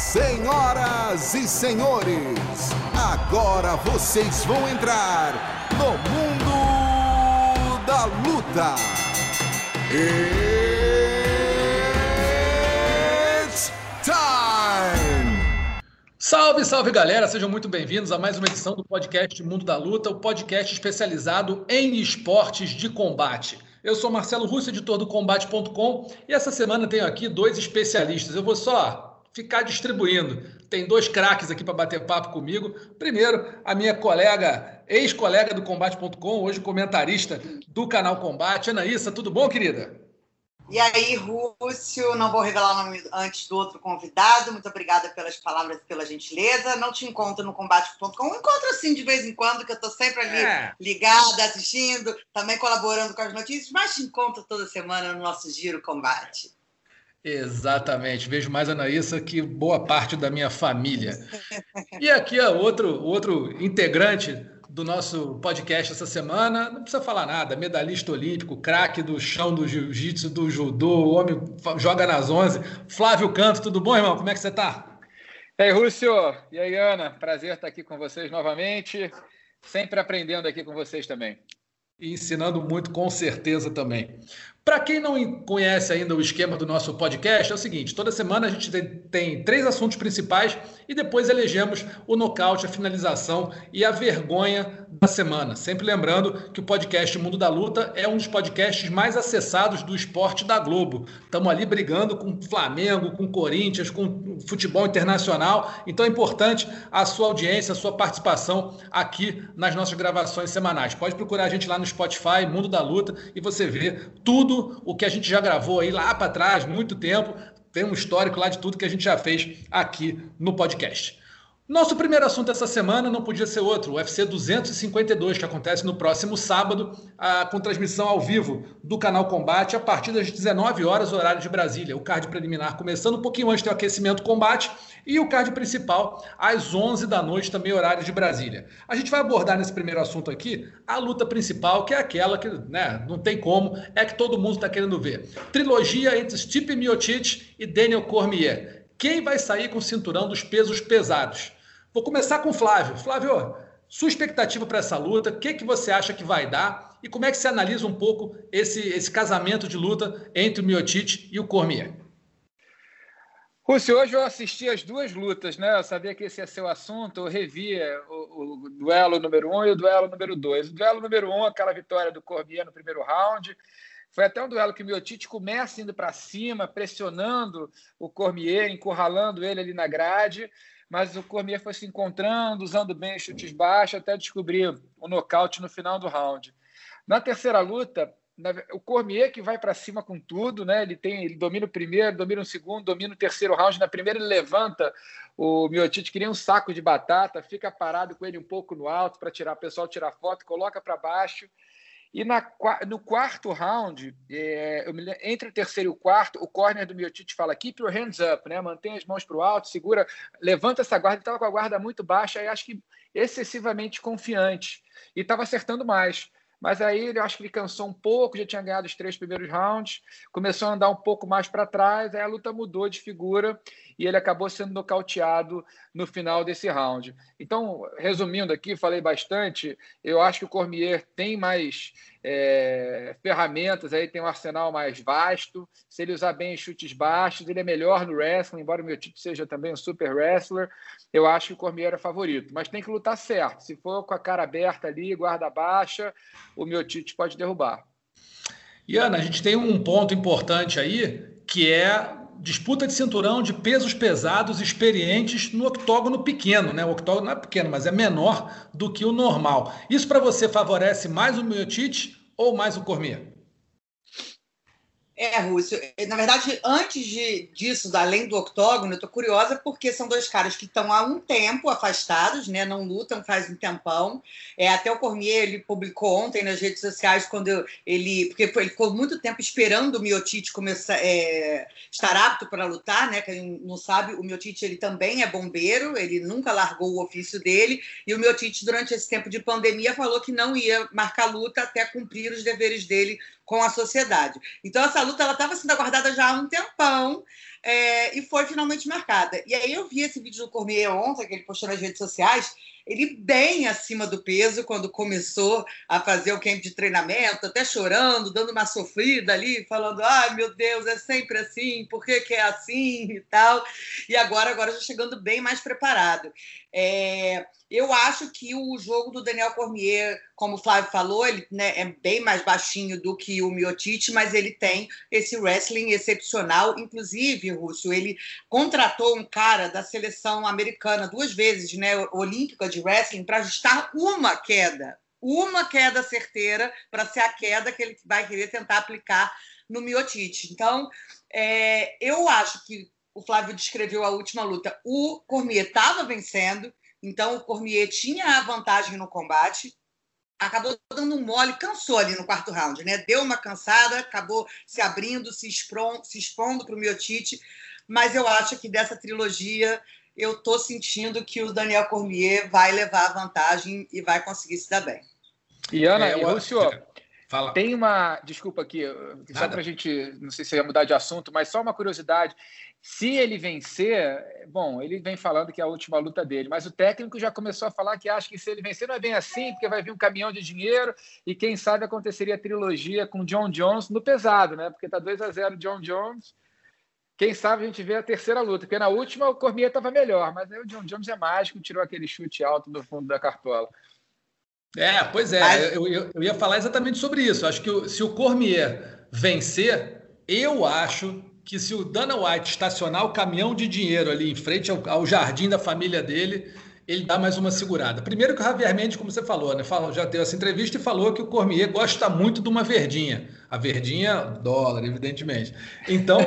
Senhoras e senhores, agora vocês vão entrar no mundo da luta. It's time! Salve, salve galera, sejam muito bem-vindos a mais uma edição do podcast Mundo da Luta, o podcast especializado em esportes de combate. Eu sou Marcelo Russo, editor do Combate.com, e essa semana tenho aqui dois especialistas. Eu vou só ficar distribuindo. Tem dois craques aqui para bater papo comigo. Primeiro, a minha colega, ex-colega do Combate.com, hoje comentarista do canal Combate, Anaísa. Tudo bom, querida? E aí, Rússio, não vou revelar o nome antes do outro convidado. Muito obrigada pelas palavras e pela gentileza. Não te encontro no Combate.com. Encontro assim de vez em quando, que eu estou sempre ali ligada, assistindo, também colaborando com as notícias, mas te encontro toda semana no nosso Giro Combate. Exatamente. Vejo mais a Anaísa que boa parte da minha família. E aqui é outro integrante do nosso podcast essa semana, não precisa falar nada, medalhista olímpico, craque do chão do jiu-jitsu, do judô, o homem joga nas 11, Flávio Canto. Tudo bom, irmão? Como é que você tá? E aí, Rússio? E aí, Ana? Prazer estar aqui com vocês novamente, sempre aprendendo aqui com vocês também. E ensinando muito, com certeza, também. Para quem não conhece ainda o esquema do nosso podcast, é o seguinte: toda semana a gente tem 3 assuntos principais e depois elegemos o nocaute, a finalização e a vergonha da semana. Sempre lembrando que o podcast Mundo da Luta é um dos podcasts mais acessados do esporte da Globo. Estamos ali brigando com Flamengo, com Corinthians, com futebol internacional. Então é importante a sua audiência, a sua participação aqui nas nossas gravações semanais. Pode procurar a gente lá no Spotify, Mundo da Luta, e você vê tudo o que a gente já gravou aí lá para trás, muito tempo. Tem um histórico lá de tudo que a gente já fez aqui no podcast. Nosso primeiro assunto essa semana não podia ser outro, o UFC 252, que acontece no próximo sábado, com transmissão ao vivo do canal Combate, a partir das 19 horas, horário de Brasília. O card preliminar começando um pouquinho antes do aquecimento Combate, e o card principal às 11 da noite, também horário de Brasília. A gente vai abordar nesse primeiro assunto aqui a luta principal, que é aquela que não tem como, é que todo mundo está querendo ver. Trilogia entre Stipe Miocic e Daniel Cormier. Quem vai sair com o cinturão dos pesos pesados? Vou começar com o Flávio. Flávio, sua expectativa para essa luta, o que você acha que vai dar e como é que você analisa um pouco esse casamento de luta entre o Miocic e o Cormier? Rússio, hoje eu assisti as duas lutas, né? Eu sabia que esse ia ser o assunto, eu revi o duelo número 1 e o duelo número 2. O duelo número 1, aquela vitória do Cormier no primeiro round, foi até um duelo que o Miocic começa indo para cima, pressionando o Cormier, encurralando ele ali na grade, mas o Cormier foi se encontrando, usando bem os chutes baixos, até descobrir o nocaute no final do round. Na terceira luta, o Cormier que vai para cima com tudo, né? Ele domina o primeiro, domina o segundo, domina o terceiro round. Na primeira ele levanta o Miocic, cria um saco de batata, fica parado com ele um pouco no alto para o pessoal tirar foto, coloca para baixo. E no quarto round, entre o terceiro e o quarto, o corner do Miocic fala keep your hands up, né? Mantém as mãos para o alto, segura, levanta essa guarda. Ele estava com a guarda muito baixa e acho que excessivamente confiante. E estava acertando mais. Mas aí eu acho que ele cansou um pouco, já tinha ganhado os 3 primeiros rounds, começou a andar um pouco mais para trás, aí a luta mudou de figura e ele acabou sendo nocauteado no final desse round. Então, resumindo aqui, falei bastante, eu acho que o Cormier tem mais ferramentas, aí tem um arsenal mais vasto, se ele usar bem os chutes baixos, ele é melhor no wrestling, embora o Miocic seja também um super wrestler, eu acho que o Cormier é favorito, mas tem que lutar certo, se for com a cara aberta ali, guarda baixa, o Miocic pode derrubar. E Ana, a gente tem um ponto importante aí, que é disputa de cinturão de pesos pesados experientes no octógono pequeno, né? O octógono não é pequeno, mas é menor do que o normal. Isso para você favorece mais o Miocic ou mais o Cormier? Rússio, na verdade, antes disso, além do octógono, eu estou curiosa porque são 2 caras que estão há um tempo afastados, né? Não lutam faz um tempão. Até o Cormier, ele publicou ontem nas redes sociais, porque ele ficou muito tempo esperando o Miocic estar apto para lutar, né? Quem não sabe, o Miocic ele também é bombeiro, ele nunca largou o ofício dele, e o Miocic, durante esse tempo de pandemia, falou que não ia marcar luta até cumprir os deveres dele com a sociedade. Então, essa luta estava sendo aguardada já há um tempão. e foi finalmente marcada. E aí eu vi esse vídeo do Cormier ontem, que ele postou nas redes sociais, ele bem acima do peso quando começou a fazer o camp de treinamento, até chorando, dando uma sofrida ali, falando, ai, meu Deus, é sempre assim, por que é assim e tal. E agora já chegando bem mais preparado. Eu acho que o jogo do Daniel Cormier, como o Flávio falou, ele, né, é bem mais baixinho do que o Miocic, mas ele tem esse wrestling excepcional. Inclusive, Rússio, ele contratou um cara da seleção americana 2 vezes, né, olímpica de wrestling, para ajustar uma queda certeira para ser a queda que ele vai querer tentar aplicar no Miocic. Então, eu acho que o Flávio descreveu a última luta. O Cormier estava vencendo, então o Cormier tinha a vantagem no combate, acabou dando um mole, cansou ali no 4º round, né? Deu uma cansada, acabou se abrindo, se expondo para o Miocic, mas eu acho que dessa trilogia eu estou sentindo que o Daniel Cormier vai levar a vantagem e vai conseguir se dar bem. E Ana, Rússio, fala. Tem uma... Desculpa aqui, só para a gente... Não sei se ia mudar de assunto, mas só uma curiosidade. Se ele vencer... Bom, ele vem falando que é a última luta dele, mas o técnico já começou a falar que acha que se ele vencer não é bem assim, porque vai vir um caminhão de dinheiro e quem sabe aconteceria a trilogia com John Jones no pesado, né? Porque tá 2-0 John Jones. Quem sabe a gente vê a terceira luta, porque na última o Cormier estava melhor, mas aí o John Jones é mágico, tirou aquele chute alto do fundo da cartola. Pois é, eu ia falar exatamente sobre isso. Acho que se o Cormier vencer, eu acho que se o Dana White estacionar o caminhão de dinheiro ali em frente ao jardim da família dele, ele dá mais uma segurada. Primeiro que o Javier Mendes, como você falou, né, já deu essa entrevista e falou que o Cormier gosta muito de uma verdinha. A verdinha, dólar, evidentemente. Então,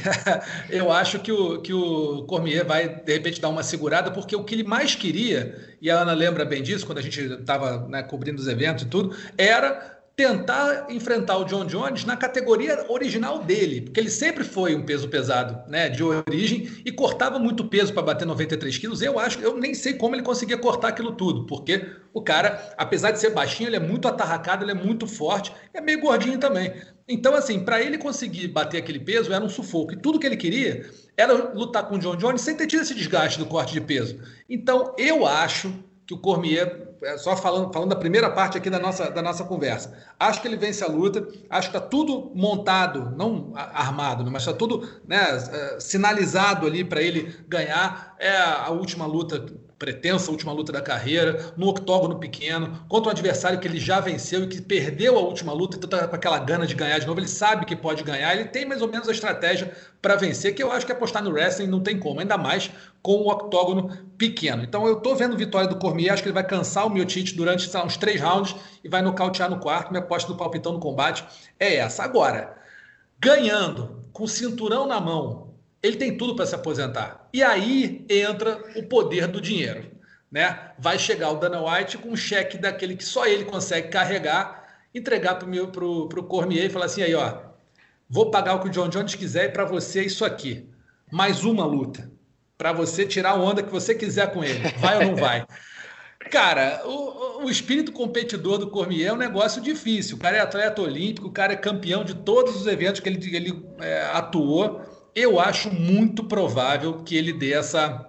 eu acho que o Cormier vai, de repente, dar uma segurada, porque o que ele mais queria, e a Ana lembra bem disso, quando a gente estava, né, cobrindo os eventos e tudo, era tentar enfrentar o John Jones na categoria original dele, porque ele sempre foi um peso pesado, né, de origem, e cortava muito peso para bater 93 quilos. Eu nem sei como ele conseguia cortar aquilo tudo, porque o cara, apesar de ser baixinho, ele é muito atarracado, ele é muito forte, é meio gordinho também. Então, assim, para ele conseguir bater aquele peso, era um sufoco. E tudo que ele queria era lutar com o John Jones sem ter tido esse desgaste do corte de peso. Então, eu acho que o Cormier, só falando da primeira parte aqui da nossa conversa, acho que ele vence a luta, acho que está tudo montado, não armado, mas está tudo, né, sinalizado ali para ele ganhar. É a última luta, pretensa última luta da carreira, no octógono pequeno, contra um adversário que ele já venceu e que perdeu a última luta, então está com aquela gana de ganhar de novo. Ele sabe que pode ganhar, ele tem mais ou menos a estratégia para vencer, que eu acho que apostar no wrestling não tem como, ainda mais com o octógono pequeno. Então eu estou vendo vitória do Cormier, acho que ele vai cansar o Miocic durante uns 3 rounds e vai nocautear no 4º. Minha aposta do palpitão no combate é essa. Agora, ganhando, com o cinturão na mão, ele tem tudo para se aposentar. E aí entra o poder do dinheiro, né? Vai chegar o Dana White com um cheque daquele que só ele consegue carregar, entregar pro Cormier e falar assim, aí, ó, vou pagar o que o John Jones quiser e para você é isso aqui. Mais uma luta. Para você tirar a onda que você quiser com ele. Vai ou não vai? Cara, o espírito competidor do Cormier é um negócio difícil. O cara é atleta olímpico, o cara é campeão de todos os eventos que ele atuou. Eu acho muito provável que ele dê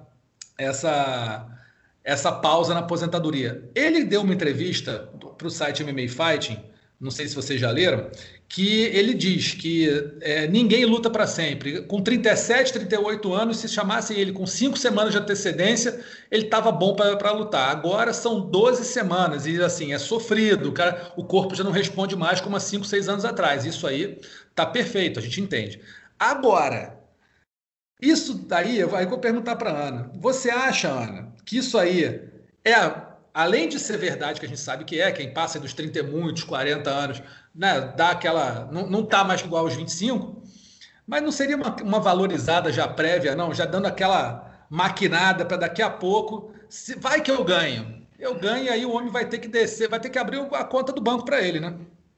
essa pausa na aposentadoria. Ele deu uma entrevista para o site MMA Fighting, não sei se vocês já leram, que ele diz que ninguém luta para sempre. Com 37, 38 anos, se chamassem ele com 5 semanas de antecedência, ele estava bom para lutar. Agora são 12 semanas e assim, é sofrido. O corpo já não responde mais como há 5, 6 anos atrás. Isso aí tá perfeito, a gente entende. Agora, isso daí, eu vou perguntar para a Ana. Você acha, Ana, que isso aí além de ser verdade, que a gente sabe que quem passa dos 30 e muitos, 40 anos, né, dá aquela, não está mais igual aos 25, mas não seria uma valorizada já prévia, não, já dando aquela maquinada para daqui a pouco, vai que eu ganho e aí o homem vai ter que descer, vai ter que abrir a conta do banco para ele, né?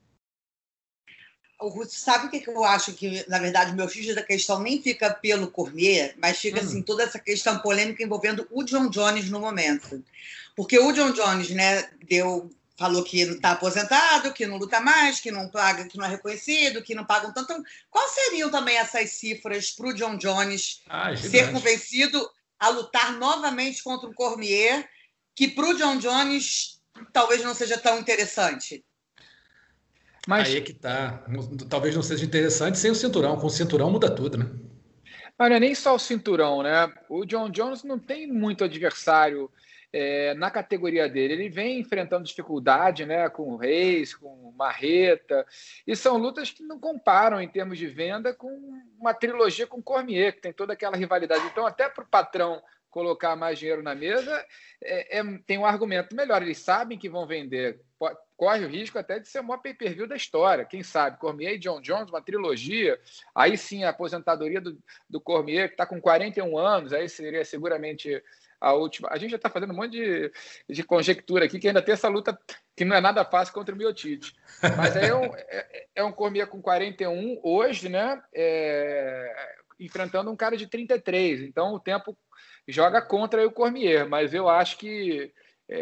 O Ruth, sabe o que eu acho? Que, na verdade, o meu X da questão nem fica pelo Cormier, mas fica assim, toda essa questão polêmica envolvendo o John Jones no momento. Porque o John Jones, né, falou que está aposentado, que não luta mais, que não paga, que não é reconhecido, que não pagam tanto. Então, quais seriam também essas cifras para o John Jones ser convencido a lutar novamente contra o Cormier, que para o John Jones talvez não seja tão interessante? Mas aí é que tá. Talvez não seja interessante sem o cinturão. Com o cinturão muda tudo, né? Mas não é nem só o cinturão, né? O John Jones não tem muito adversário na categoria dele. Ele vem enfrentando dificuldade, né? Com o Reis, com o Marreta. E são lutas que não comparam em termos de venda com uma trilogia com o Cormier, que tem toda aquela rivalidade. Então, até para o patrão colocar mais dinheiro na mesa, tem um argumento melhor. Eles sabem que vão vender. Corre o risco até de ser o maior pay-per-view da história. Quem sabe? Cormier e John Jones, uma trilogia. Aí sim, a aposentadoria do Cormier, que está com 41 anos, aí seria seguramente a última. A gente já está fazendo um monte de conjectura aqui, que ainda tem essa luta que não é nada fácil contra o Miocic. Mas aí é um Cormier com 41 hoje, né? Enfrentando um cara de 33. Então, o tempo joga contra o Cormier. Mas eu acho que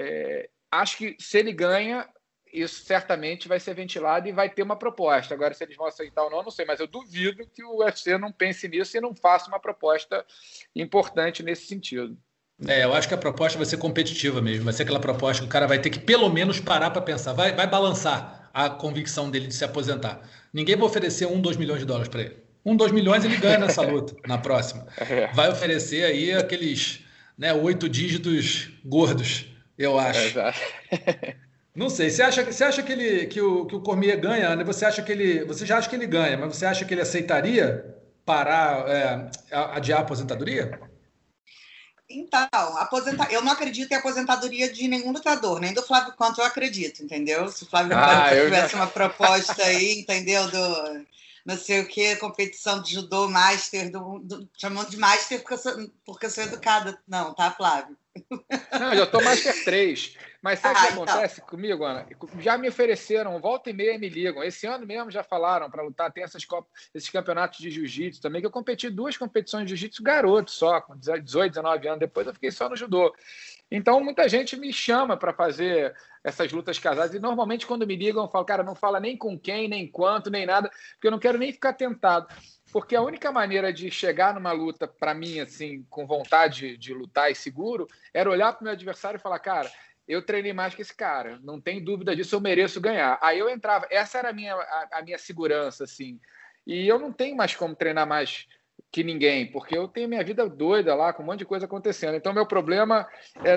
se ele ganha, isso certamente vai ser ventilado e vai ter uma proposta. Agora, se eles vão aceitar ou não sei, mas eu duvido que o UFC não pense nisso e não faça uma proposta importante nesse sentido. Eu acho que a proposta vai ser competitiva mesmo. Vai ser aquela proposta que o cara vai ter que pelo menos parar para pensar. Vai balançar a convicção dele de se aposentar. Ninguém vai oferecer $2 milhões para ele. 2 milhões ele ganha nessa luta, na próxima. Vai oferecer aí aqueles 8 dígitos gordos, eu acho. Exato. Não sei, você acha que o Cormier ganha, né? Você já acha que ele ganha, mas você acha que ele aceitaria parar, adiar a aposentadoria? Então, eu não acredito em aposentadoria de nenhum lutador, nem do Flávio Conto eu acredito, entendeu? Se o Flávio Conto tivesse uma proposta aí, entendeu? Não sei o que, competição de judô, master, chamando de master porque eu sou educada. Não, tá, Flávio? Não, eu tô Master 3. Mas sabe o que acontece comigo, Ana? Já me ofereceram, volta e meia me ligam. Esse ano mesmo já falaram para lutar. Tem esses campeonatos de jiu-jitsu também, que eu competi 2 competições de jiu-jitsu garoto só, com 18, 19 anos. Depois eu fiquei só no judô. Então, muita gente me chama para fazer essas lutas casadas. E normalmente, quando me ligam, eu falo, cara, não fala nem com quem, nem quanto, nem nada, porque eu não quero nem ficar tentado. Porque a única maneira de chegar numa luta, para mim, assim, com vontade de lutar e seguro, era olhar para o meu adversário e falar, cara, eu treinei mais que esse cara, não tem dúvida disso, eu mereço ganhar. Aí eu entrava, essa era a minha segurança, assim. E eu não tenho mais como treinar mais que ninguém, porque eu tenho minha vida doida lá, com um monte de coisa acontecendo. Então, meu problema é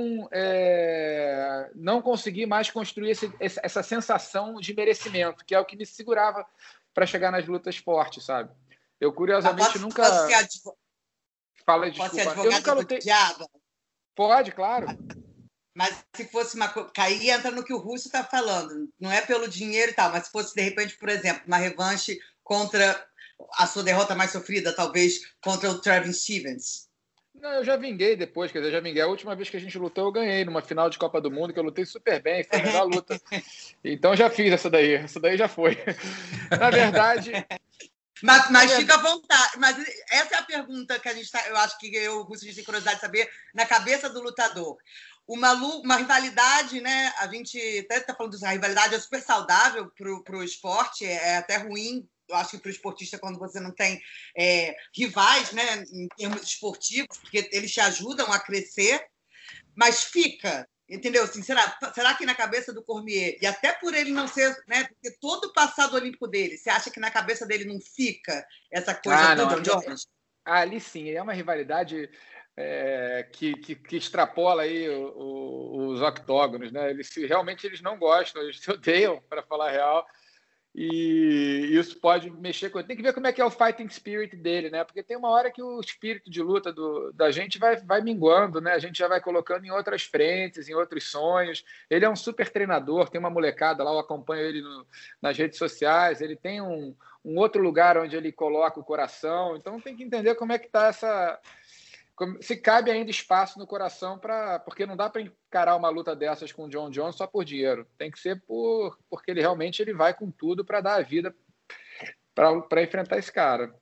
não conseguir mais construir essa sensação de merecimento, que é o que me segurava para chegar nas lutas fortes, sabe? Eu, curiosamente, nunca... Fala, desculpa. Posso ser advogada do diabo? Pode, claro. Mas se fosse uma coisa... Aí entra no que o Russo está falando. Não é pelo dinheiro e tal, mas se fosse, de repente, por exemplo, uma revanche contra a sua derrota mais sofrida, talvez, contra o Travis Stevens. Não, eu já vinguei depois, quer dizer, já vinguei. A última vez que a gente lutou, eu ganhei numa final de Copa do Mundo, que eu lutei super bem, foi a melhor luta. Então já fiz essa daí já foi. Na verdade... Mas fica à vontade. Mas essa é a pergunta que a gente eu acho que eu, o Russo, tem curiosidade de saber, na cabeça do lutador. Uma rivalidade, né? A gente até está falando disso, a rivalidade é super saudável para o esporte, é até ruim, eu acho que para o esportista, quando você não tem rivais, né, em termos esportivos, porque eles te ajudam a crescer, mas fica. Entendeu? Assim, será que na cabeça do Cormier, e até por ele não ser, né? Porque todo o passado olímpico dele, você acha que na cabeça dele não fica essa coisa do John Jones? Ali sim, é uma rivalidade que extrapola aí os octógonos, né? Realmente eles não gostam, eles se odeiam, para falar a real. E isso pode mexer com... Tem que ver como é que é o fighting spirit dele, né? Porque tem uma hora que o espírito de luta da gente vai minguando, né? A gente já vai colocando em outras frentes, em outros sonhos. Ele é um super treinador, tem uma molecada lá, eu acompanho ele nas redes sociais, ele tem um outro lugar onde ele coloca o coração. Então tem que entender como é que está se cabe ainda espaço no coração, porque não dá para encarar uma luta dessas com o John Jones só por dinheiro. Tem que ser porque ele realmente vai com tudo para dar a vida para enfrentar esse cara.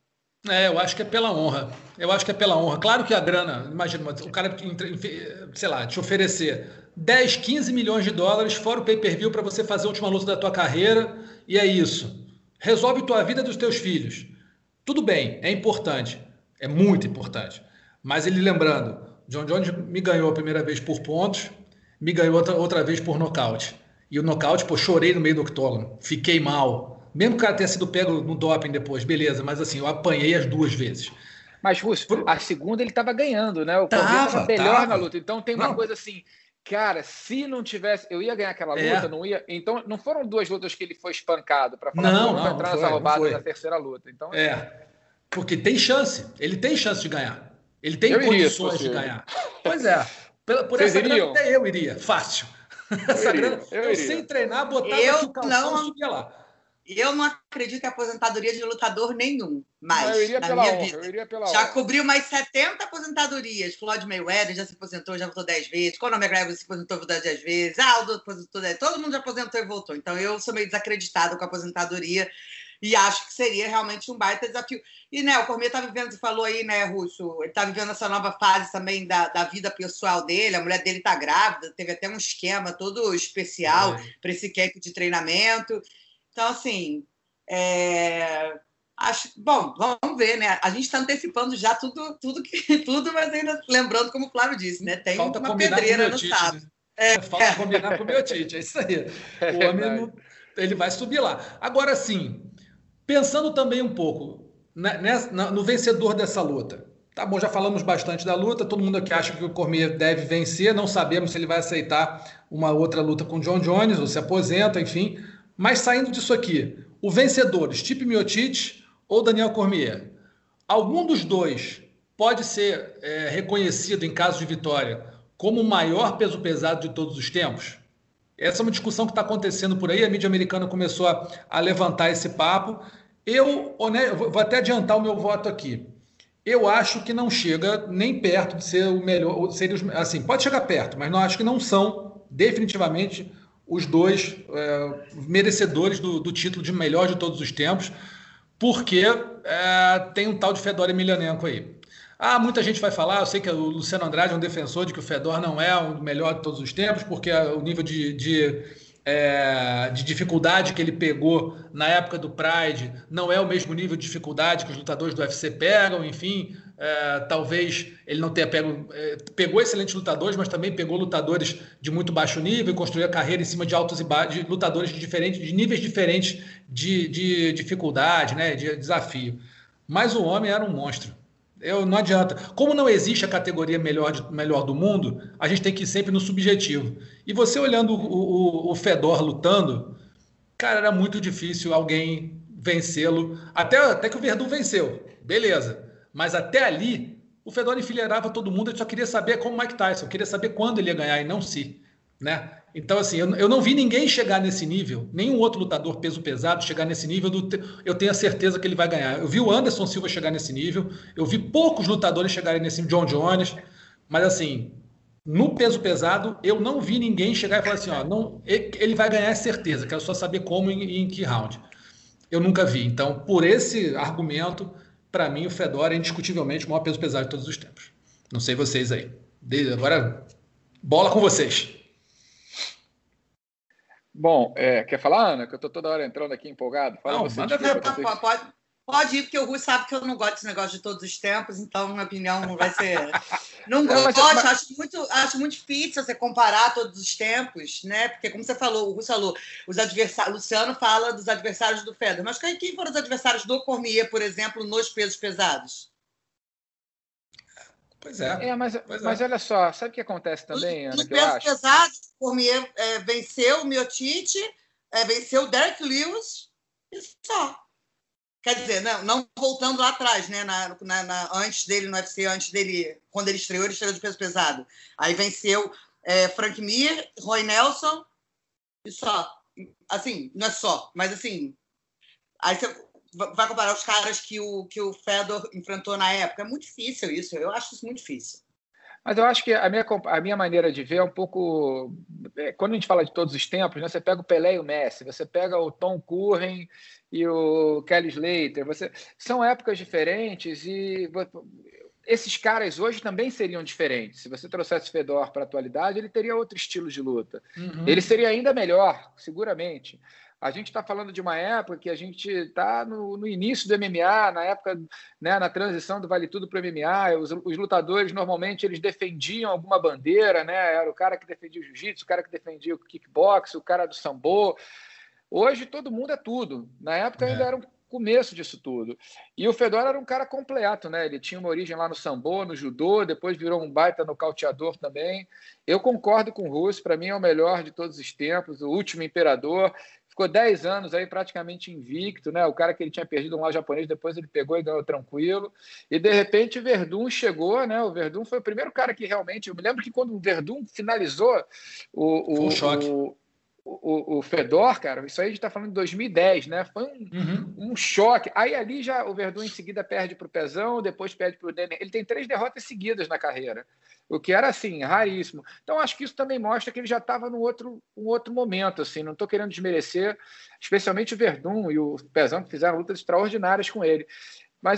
Eu acho que é pela honra. Eu acho que é pela honra. Claro que a grana, imagina, o cara, sei lá, te oferecer 10, 15 milhões de dólares fora o pay-per-view para você fazer a última luta da tua carreira, e é isso. Resolve tua vida e dos teus filhos. Tudo bem, é importante. É muito importante. Mas ele lembrando, John Jones me ganhou a primeira vez por pontos, me ganhou outra vez por nocaute. E o nocaute, pô, chorei no meio do octógono. Fiquei mal. Mesmo que o cara tenha sido pego no doping depois, beleza, mas assim, eu apanhei as 2 vezes. Mas, Russo, a segunda ele estava ganhando, né? O Cormier estava melhor na luta. Então tem uma coisa assim, cara, se não tivesse... Eu ia ganhar aquela luta, não ia... Então não foram 2 lutas que ele foi espancado para falar, não vai entrar nessa roubada na terceira luta. Então, porque tem chance. Ele tem chance de ganhar. Ele tem condições de ganhar. Pois é. Por essa grana até eu iria. Fácil. Eu sem treinar, botava aqui o calção e subia lá. Eu não acredito em aposentadoria de lutador nenhum, mas eu iria na pela minha honra, vida. Eu iria pela já honra. Cobriu mais 70 aposentadorias. Floyd Mayweather já se aposentou, já voltou 10 vezes. Conor McGregor se aposentou, voltou 10 vezes. Aldo aposentou 10 vezes. Todo mundo já aposentou e voltou. Então eu sou meio desacreditada com a aposentadoria e acho que seria realmente um baita desafio. E, né, o Cormier está vivendo, você falou aí, né, Russo, ele está vivendo essa nova fase também da vida pessoal dele. A mulher dele está grávida, teve até um esquema todo especial para esse camp de treinamento. Então, assim... Bom, vamos ver, né? A gente está antecipando já tudo, mas ainda lembrando, como o Flávio disse, né? Tem falta uma pedreira no sábado. Né? Falta combinar com o meu Tite, é isso aí. O homem ele vai subir lá. Agora sim, pensando também um pouco no vencedor dessa luta. Tá bom, já falamos bastante da luta, todo mundo aqui acha que o Cormier deve vencer, não sabemos se ele vai aceitar uma outra luta com o John Jones, ou se aposenta, enfim. Mas saindo disso aqui, o vencedor, Stipe Miocic ou Daniel Cormier, algum dos dois pode ser reconhecido, em caso de vitória, como o maior peso pesado de todos os tempos? Essa é uma discussão que está acontecendo por aí, a mídia americana começou a levantar esse papo. Eu vou até adiantar o meu voto aqui. Eu acho que não chega nem perto de ser o melhor, assim, pode chegar perto, mas não acho que não são definitivamente os dois merecedores do título de melhor de todos os tempos, porque tem um tal de Fedor Emelianenko aí. Muita gente vai falar, eu sei que o Luciano Andrade é um defensor de que o Fedor não é o melhor de todos os tempos, porque o nível de dificuldade que ele pegou na época do Pride não é o mesmo nível de dificuldade que os lutadores do UFC pegam, enfim, talvez ele não tenha pegou excelentes lutadores, mas também pegou lutadores de muito baixo nível e construiu a carreira em cima de altos e baixos, de lutadores de níveis diferentes de dificuldade, né, de desafio. Mas o homem era um monstro. Não adianta. Como não existe a categoria melhor do mundo, a gente tem que ir sempre no subjetivo. E você olhando o Fedor lutando, cara, era muito difícil alguém vencê-lo. Até que o Verdun venceu, beleza. Mas até ali, o Fedor enfileirava todo mundo. Ele só queria saber, como o Mike Tyson, queria saber quando ele ia ganhar e não se, né? Então, assim, eu não vi ninguém chegar nesse nível, nenhum outro lutador peso pesado chegar nesse nível, eu tenho a certeza que ele vai ganhar. Eu vi o Anderson Silva chegar nesse nível, eu vi poucos lutadores chegarem nesse nível, John Jones, mas assim, no peso pesado, eu não vi ninguém chegar e falar assim, ele vai ganhar, é certeza, quero só saber como e em que round. Eu nunca vi. Então, por esse argumento, para mim, o Fedor é indiscutivelmente o maior peso pesado de todos os tempos. Não sei vocês aí. Agora, bola com vocês. Bom, quer falar, Ana? Que eu estou toda hora entrando aqui empolgado. Fala não, você. Pode ir, porque o Rui sabe que eu não gosto desse negócio de todos os tempos, então minha opinião não vai ser... Não gosto, acho muito difícil você comparar todos os tempos, né? Porque, como você falou, o Rui falou, Luciano fala dos adversários do Fedor, mas quem foram os adversários do Cormier, por exemplo, nos pesos pesados? Pois é. Mas olha só, sabe o que acontece também, Ana? Nos pesos pesados, o Cormier venceu o Miocic, venceu o Derek Lewis e só. Quer dizer, não voltando lá atrás, né? Antes dele no UFC, quando ele estreou de peso pesado. Aí venceu Frank Mir, Roy Nelson e só. Assim, não é só, mas assim. Aí você vai comparar os caras que o Fedor enfrentou na época. É muito difícil isso, eu acho isso muito difícil. Mas eu acho que a minha maneira de ver é um pouco... Quando a gente fala de todos os tempos, né, você pega o Pelé e o Messi, você pega o Tom Curren e o Kelly Slater, são épocas diferentes e esses caras hoje também seriam diferentes. Se você trouxesse o Fedor para a atualidade, ele teria outro estilo de luta. Uhum. Ele seria ainda melhor, seguramente. A gente está falando de uma época que a gente está no início do MMA, na época, né, na transição do Vale Tudo para o MMA. Os lutadores, normalmente, eles defendiam alguma bandeira, né? Era o cara que defendia o jiu-jitsu, o cara que defendia o kickbox, o cara do sambo. Hoje, todo mundo é tudo. Na época, ainda era um começo disso tudo. E o Fedor era um cara completo, né? Ele tinha uma origem lá no sambo, no judô, depois virou um baita nocauteador também. Eu concordo com o Russo, para mim é o melhor de todos os tempos, o último imperador. Ficou 10 anos aí praticamente invicto, né? O cara que ele tinha perdido um lá japonês, depois ele pegou e ganhou tranquilo. E de repente o Werdum chegou, né? O Werdum foi o primeiro cara que realmente... Eu me lembro que quando o Werdum finalizou foi um choque. O Fedor, cara, isso aí a gente está falando de 2010, né? Foi um choque. Aí ali já o Werdum em seguida perde para o Pezão, depois perde para o Demian. Ele tem 3 derrotas seguidas na carreira, o que era, assim, raríssimo. Então, acho que isso também mostra que ele já estava num outro momento, assim. Não estou querendo desmerecer, especialmente o Werdum e o Pezão, que fizeram lutas extraordinárias com ele. Mas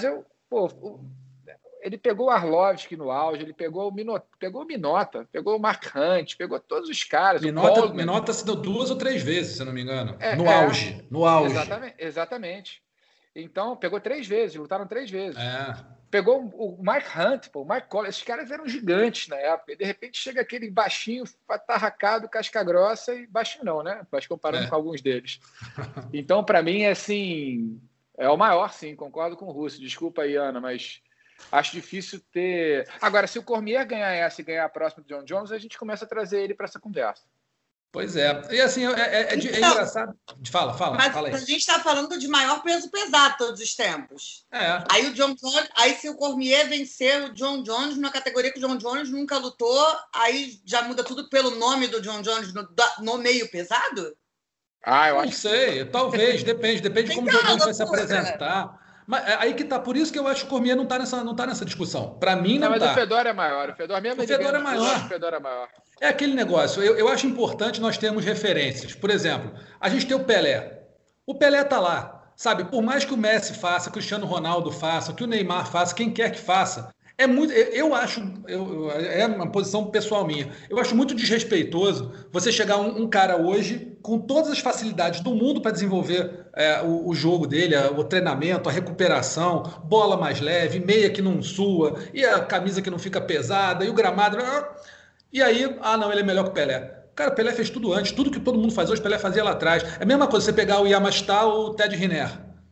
ele pegou o Arlovski no auge, ele pegou o Minota, pegou o Mark Hunt, pegou todos os caras. Minota se deu 2 ou 3 vezes, se eu não me engano. No auge. Exatamente. Então, pegou 3 vezes, lutaram 3 vezes. Pegou o Mark Hunt, o Mike Collins, esses caras eram gigantes na época. E de repente chega aquele baixinho, atarracado, casca grossa, e baixinho não, né? Mas comparando com alguns deles. Então, para mim, assim, é o maior, sim, concordo com o Russo. Desculpa aí, Ana, mas acho difícil ter... Agora, se o Cormier ganhar essa e ganhar a próxima do John Jones, a gente começa a trazer ele para essa conversa. Pois é. E assim, é engraçado. Fala aí. A gente está falando de maior peso pesado todos os tempos. Aí o John Jones, se o Cormier vencer o John Jones numa categoria que o John Jones nunca lutou, aí já muda tudo pelo nome do John Jones no meio pesado? Eu não sei, talvez, depende de como o John Jones vai se apresentar. Mas aí que tá, por isso que eu acho que o Cormier não tá nessa discussão. Para mim não tá. Mas o Fedor é maior, o Fedor é maior. É aquele negócio, eu acho importante nós termos referências. Por exemplo, a gente tem o Pelé. O Pelé tá lá, sabe? Por mais que o Messi faça, que o Cristiano Ronaldo faça, que o Neymar faça, quem quer que faça, é muito. Eu acho, é uma posição pessoal minha. Eu acho muito desrespeitoso você chegar um cara hoje com todas as facilidades do mundo para desenvolver o jogo dele, o treinamento, a recuperação, bola mais leve, meia que não sua, e a camisa que não fica pesada, e o gramado. E aí, não, ele é melhor que o Pelé. Cara, o Pelé fez tudo antes, tudo que todo mundo faz hoje, o Pelé fazia lá atrás. É a mesma coisa você pegar o Yamashita ou o Ted Riner.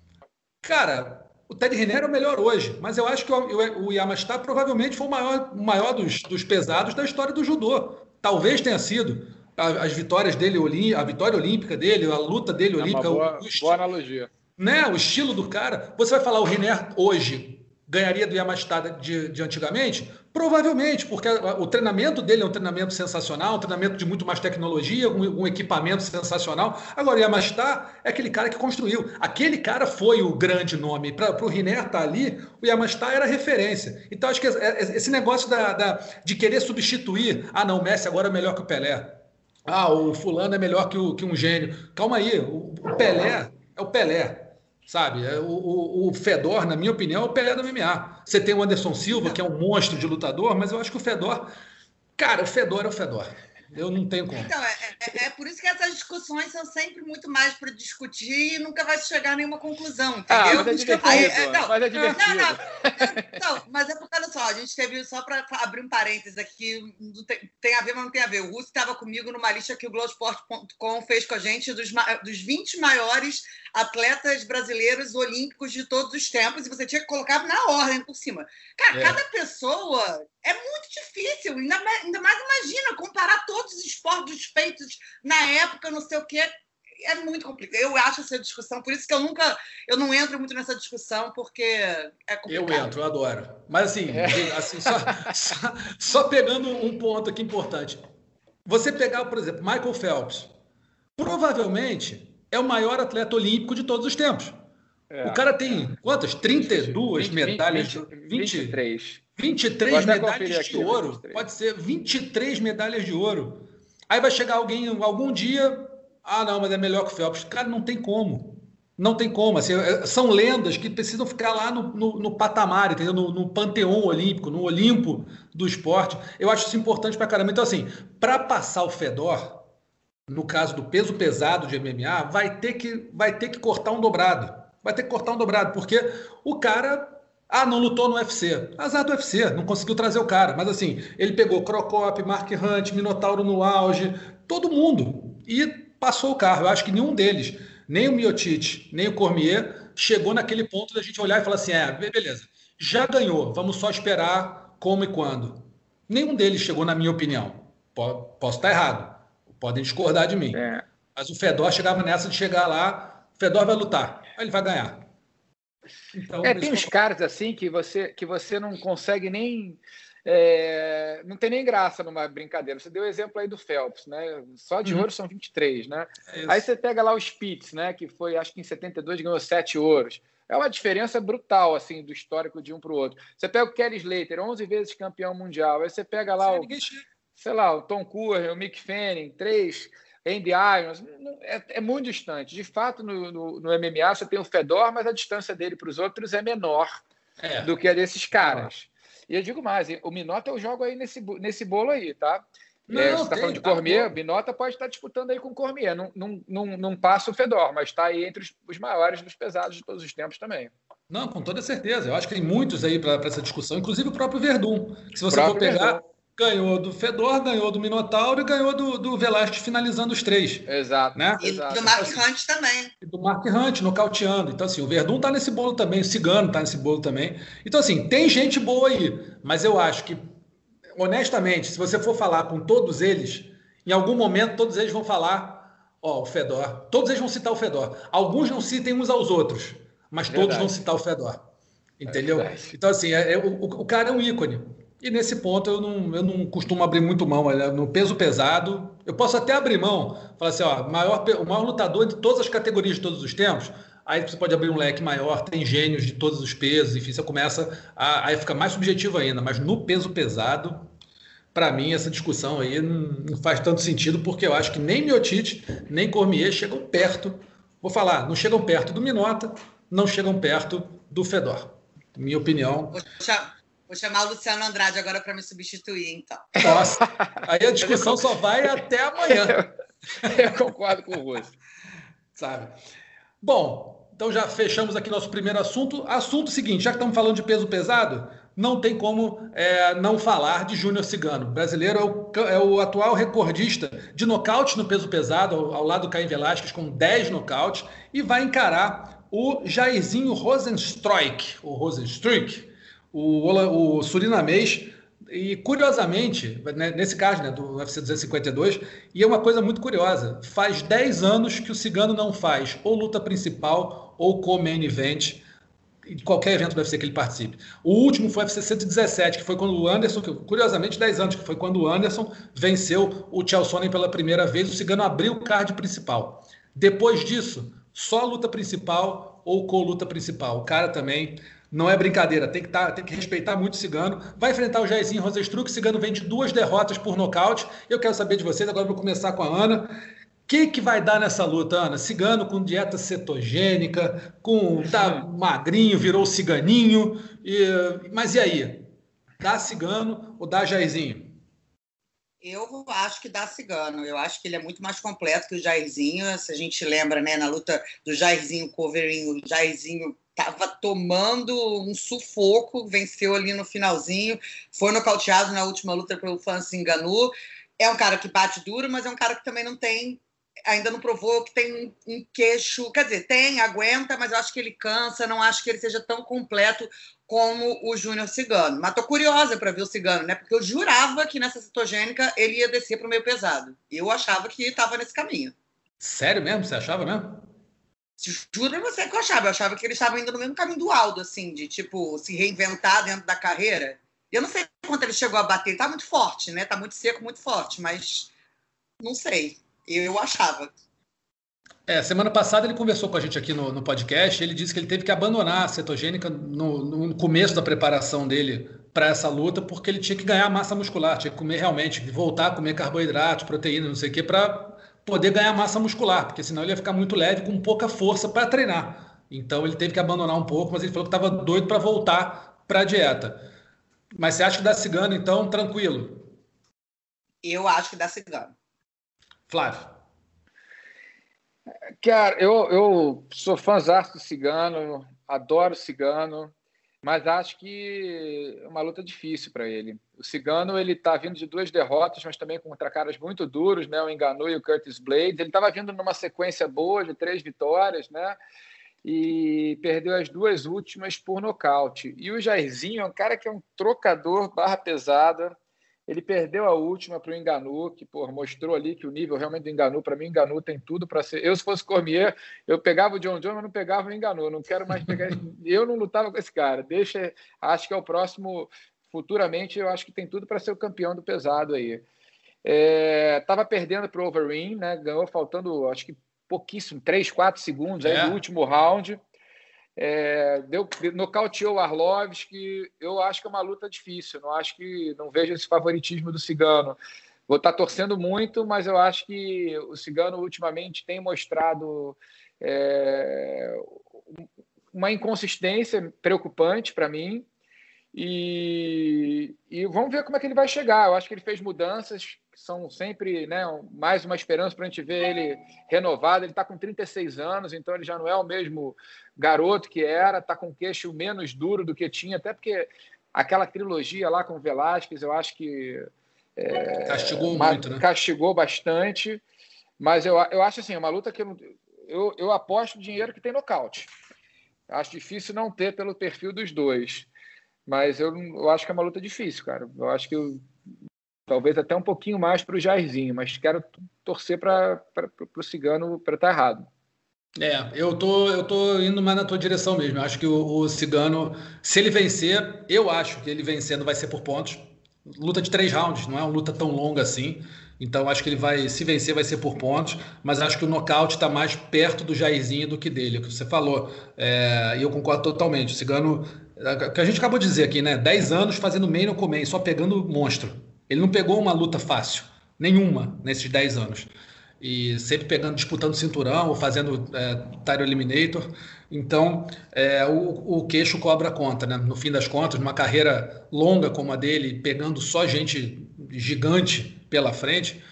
Cara, o Ted Riner é o melhor hoje, mas eu acho que o Yamashita provavelmente foi o maior dos pesados da história do judô. Talvez tenha sido. As vitórias dele, a vitória olímpica dele, a luta dele olímpica. Boa analogia. Né? O estilo do cara. Você vai falar o Riner hoje ganharia do Yamashita de antigamente? Provavelmente, porque o treinamento dele é um treinamento sensacional, um treinamento de muito mais tecnologia, um equipamento sensacional. Agora, o Yamashita é aquele cara que construiu. Aquele cara foi o grande nome. Para o Riner estar ali, o Yamashita era referência. Então, acho que esse negócio de querer substituir, não, o Messi agora é melhor que o Pelé. O fulano é melhor que um gênio. Calma aí, o Pelé é o Pelé. Sabe, o Fedor, na minha opinião, é o Pelé do MMA. Você tem o Anderson Silva, que é um monstro de lutador, mas eu acho que o Fedor... Cara, o Fedor é o Fedor. Eu não tenho como. Então, é por isso que essas discussões são sempre muito mais para discutir e nunca vai chegar a nenhuma conclusão, entendeu? Mas é divertido. Mas é divertido. Não, mas é porque, olha só, a gente teve, só para abrir um parênteses aqui, tem a ver, mas não tem a ver. O Russo estava comigo numa lista que o Globoesporte.com fez com a gente dos 20 maiores atletas brasileiros olímpicos de todos os tempos, e você tinha que colocar na ordem por cima. Cara, cada pessoa é muito difícil, ainda mais imagina, comparar todos os esportes feitos na época, não sei o quê, é muito complicado. Eu acho essa discussão, por isso que eu não entro muito nessa discussão, porque é complicado. Eu entro, eu adoro. Mas assim, só pegando um ponto aqui importante. Você pegar, por exemplo, Michael Phelps, provavelmente é o maior atleta olímpico de todos os tempos. O cara tem quantas? 32 medalhas? 23. 23 medalhas de ouro. Pode ser 23 medalhas de ouro. Aí vai chegar alguém algum dia... não, mas é melhor que o Phelps. Cara, não tem como. Não tem como. Assim, são lendas que precisam ficar lá no patamar, entendeu? No panteão olímpico, no Olimpo do esporte. Eu acho isso importante pra caramba. Então, assim, para passar o Fedor, no caso do peso pesado de MMA, vai ter que cortar um dobrado. Vai ter que cortar um dobrado, porque o cara... não lutou no UFC. Azar do UFC, não conseguiu trazer o cara. Mas, assim, ele pegou Crocop, Mark Hunt, Minotauro no auge, todo mundo. E passou o carro. Eu acho que nenhum deles, nem o Miocic, nem o Cormier, chegou naquele ponto da gente olhar e falar assim, beleza, já ganhou, vamos só esperar como e quando. Nenhum deles chegou, na minha opinião. Posso estar errado, podem discordar de mim. Mas o Fedor chegava nessa de chegar lá, o Fedor vai lutar, aí ele vai ganhar. Então, tem uns caras assim que você não consegue nem... não tem nem graça numa brincadeira. Você deu o exemplo aí do Phelps, né? Só de ouro são 23, né? Aí você pega lá o Spitz, né? Que foi, acho que em 72 ganhou 7 ouros. É uma diferença brutal, assim, do histórico de um para o outro. Você pega o Kelly Slater, 11 vezes campeão mundial. Aí você pega lá o Tom Curry, o Mick Fanning, 3... Andy Irons, é muito distante. De fato, no MMA você tem o Fedor, mas a distância dele para os outros é menor do que a desses caras. E eu digo mais, o Minota eu jogo aí nesse bolo aí, tá? Você está falando de Cormier, o Minota pode estar disputando aí com o Cormier. Não passa o Fedor, mas está aí entre os maiores dos pesados de todos os tempos também. Não, com toda certeza. Eu acho que tem muitos aí para essa discussão, inclusive o próprio Verdun. Se você for pegar... Ganhou do Fedor, ganhou do Minotauro e ganhou do Velasquez finalizando os 3. Exato. Né? E do Mark Hunt também. E do Mark Hunt, nocauteando. Então, assim, o Verdun tá nesse bolo também, o Cigano tá nesse bolo também. Então, assim, tem gente boa aí. Mas eu acho que, honestamente, se você for falar com todos eles, em algum momento todos eles vão falar, o Fedor. Todos eles vão citar o Fedor. Alguns não citem uns aos outros, mas todos vão citar o Fedor. Entendeu? Então, assim, o cara é um ícone. E nesse ponto eu não costumo abrir muito mão. No peso pesado, eu posso até abrir mão. Falar assim, o maior lutador de todas as categorias de todos os tempos. Aí você pode abrir um leque maior, tem gênios de todos os pesos, enfim, você começa aí fica mais subjetivo ainda. Mas no peso pesado, para mim, essa discussão aí não faz tanto sentido, porque eu acho que nem Miocic, nem Cormier chegam perto. Vou falar, não chegam perto do Minota, não chegam perto do Fedor. Minha opinião. Vou chamar o Luciano Andrade agora para me substituir, então. Nossa, aí a discussão só vai até amanhã. Eu concordo com o Russo. Sabe? Bom, então já fechamos aqui nosso primeiro assunto. Assunto seguinte, já que estamos falando de peso pesado, não tem como não falar de Júnior Cigano. O brasileiro é o atual recordista de nocaute no peso pesado, ao lado do Caim Velasquez, com 10 nocautes, e vai encarar o Jairzinho Rozenstruik, o surinamês, e curiosamente, nesse caso, do UFC 252, e é uma coisa muito curiosa, faz 10 anos que o Cigano não faz ou luta principal ou co-main event de qualquer evento do UFC que ele participe. O último foi o UFC 117, que foi quando o Anderson, curiosamente 10 anos, que foi quando o Anderson venceu o Chael Sonnen pela primeira vez, o Cigano abriu o card principal. Depois disso, só luta principal ou co-luta principal. O cara também... Não é brincadeira, tem que respeitar muito o Cigano. Vai enfrentar o Jairzinho Rozenstruik. O Cigano vem de 2 derrotas por nocaute. Eu quero saber de vocês, agora vou começar com a Ana. O que vai dar nessa luta, Ana? Cigano com dieta cetogênica, tá magrinho, virou ciganinho. Mas e aí? Dá Cigano ou dá Jairzinho? Eu acho que dá Cigano. Eu acho que ele é muito mais completo que o Jairzinho. Se a gente lembra, né, na luta do Jairzinho com o Overeem, o Jairzinho estava tomando um sufoco, venceu ali no finalzinho, foi nocauteado na última luta pelo Francis Ngannou. É um cara que bate duro, mas é um cara que também ainda não provou que tem um queixo, quer dizer, aguenta, mas eu acho que ele cansa, não acho que ele seja tão completo como o Júnior Cigano. Mas tô curiosa para ver o Cigano, né? Porque eu jurava que nessa cetogênica ele ia descer para o meio pesado. Eu achava que estava nesse caminho. Sério mesmo? Você achava mesmo? Juro pra você que eu achava que ele estava indo no mesmo caminho do Aldo, assim, de tipo, se reinventar dentro da carreira. Eu não sei quanto ele chegou a bater, ele tá muito forte, né? Tá muito seco, muito forte, mas não sei. Eu achava. Semana passada ele conversou com a gente aqui no podcast, ele disse que ele teve que abandonar a cetogênica no começo da preparação dele para essa luta, porque ele tinha que ganhar massa muscular, tinha que comer realmente, voltar a comer carboidrato, proteína, não sei o quê, para poder ganhar massa muscular, porque senão ele ia ficar muito leve com pouca força para treinar. Então ele teve que abandonar um pouco, mas ele falou que estava doido para voltar para a dieta. Mas você acha que dá Cigano, então, tranquilo? Eu acho que dá Cigano. Flávio. Cara, eu sou fãzaço do Cigano, adoro o Cigano, mas acho que é uma luta difícil para ele. O Cigano, ele está vindo de 2 derrotas, mas também contra caras muito duros, né? O Ngannou e o Curtis Blades. Ele estava vindo numa sequência boa de 3 vitórias, né? E perdeu as 2 últimas por nocaute. E o Jairzinho é um cara que é um trocador barra pesada. Ele perdeu a última para o Ngannou, que mostrou ali que o nível realmente do Ngannou, para mim, o Ngannou tem tudo para ser. Eu, se fosse Cormier, eu pegava o John Jones, mas não pegava o Ngannou. Não quero mais pegar. Eu não lutava com esse cara. Acho que é o próximo. Futuramente, eu acho que tem tudo para ser o campeão do pesado aí. Tava perdendo para o Overeem, né? Ganhou faltando, acho que pouquíssimo, 3, 4 segundos aí do último round. Nocauteou o Arlovski. Eu acho que é uma luta difícil. Não vejo esse favoritismo do Cigano. Vou estar torcendo muito, mas eu acho que o Cigano ultimamente tem mostrado uma inconsistência preocupante para mim. E vamos ver como é que ele vai chegar. Eu acho que ele fez mudanças que são sempre, né, mais uma esperança para a gente ver ele renovado. Ele está com 36 anos, então ele já não é o mesmo garoto que era, está com o queixo menos duro do que tinha, até porque aquela trilogia lá com o Velasquez, eu acho que castigou muito, né? Castigou bastante, mas eu acho assim, uma luta que eu aposto o dinheiro que tem nocaute. Acho difícil não ter pelo perfil dos dois. Mas eu acho que é uma luta difícil, cara. Eu acho que talvez até um pouquinho mais para o Jairzinho, mas quero torcer para o Cigano para estar errado. Eu tô indo mais na tua direção mesmo. Eu acho que o Cigano, se ele vencer, eu acho que ele vencendo vai ser por pontos. Luta de 3 rounds, não é uma luta tão longa assim. Então acho que ele vai, se vencer, vai ser por pontos. Mas acho que o nocaute está mais perto do Jairzinho do que dele, é o que você falou. E eu concordo totalmente. O Cigano, que a gente acabou de dizer aqui, né? 10 anos fazendo main no Comen, só pegando monstro. Ele não pegou uma luta fácil, nenhuma nesses 10 anos. E sempre disputando cinturão ou fazendo title eliminator. Então, o queixo cobra a conta, né? No fim das contas, numa carreira longa como a dele, pegando só gente gigante pela frente,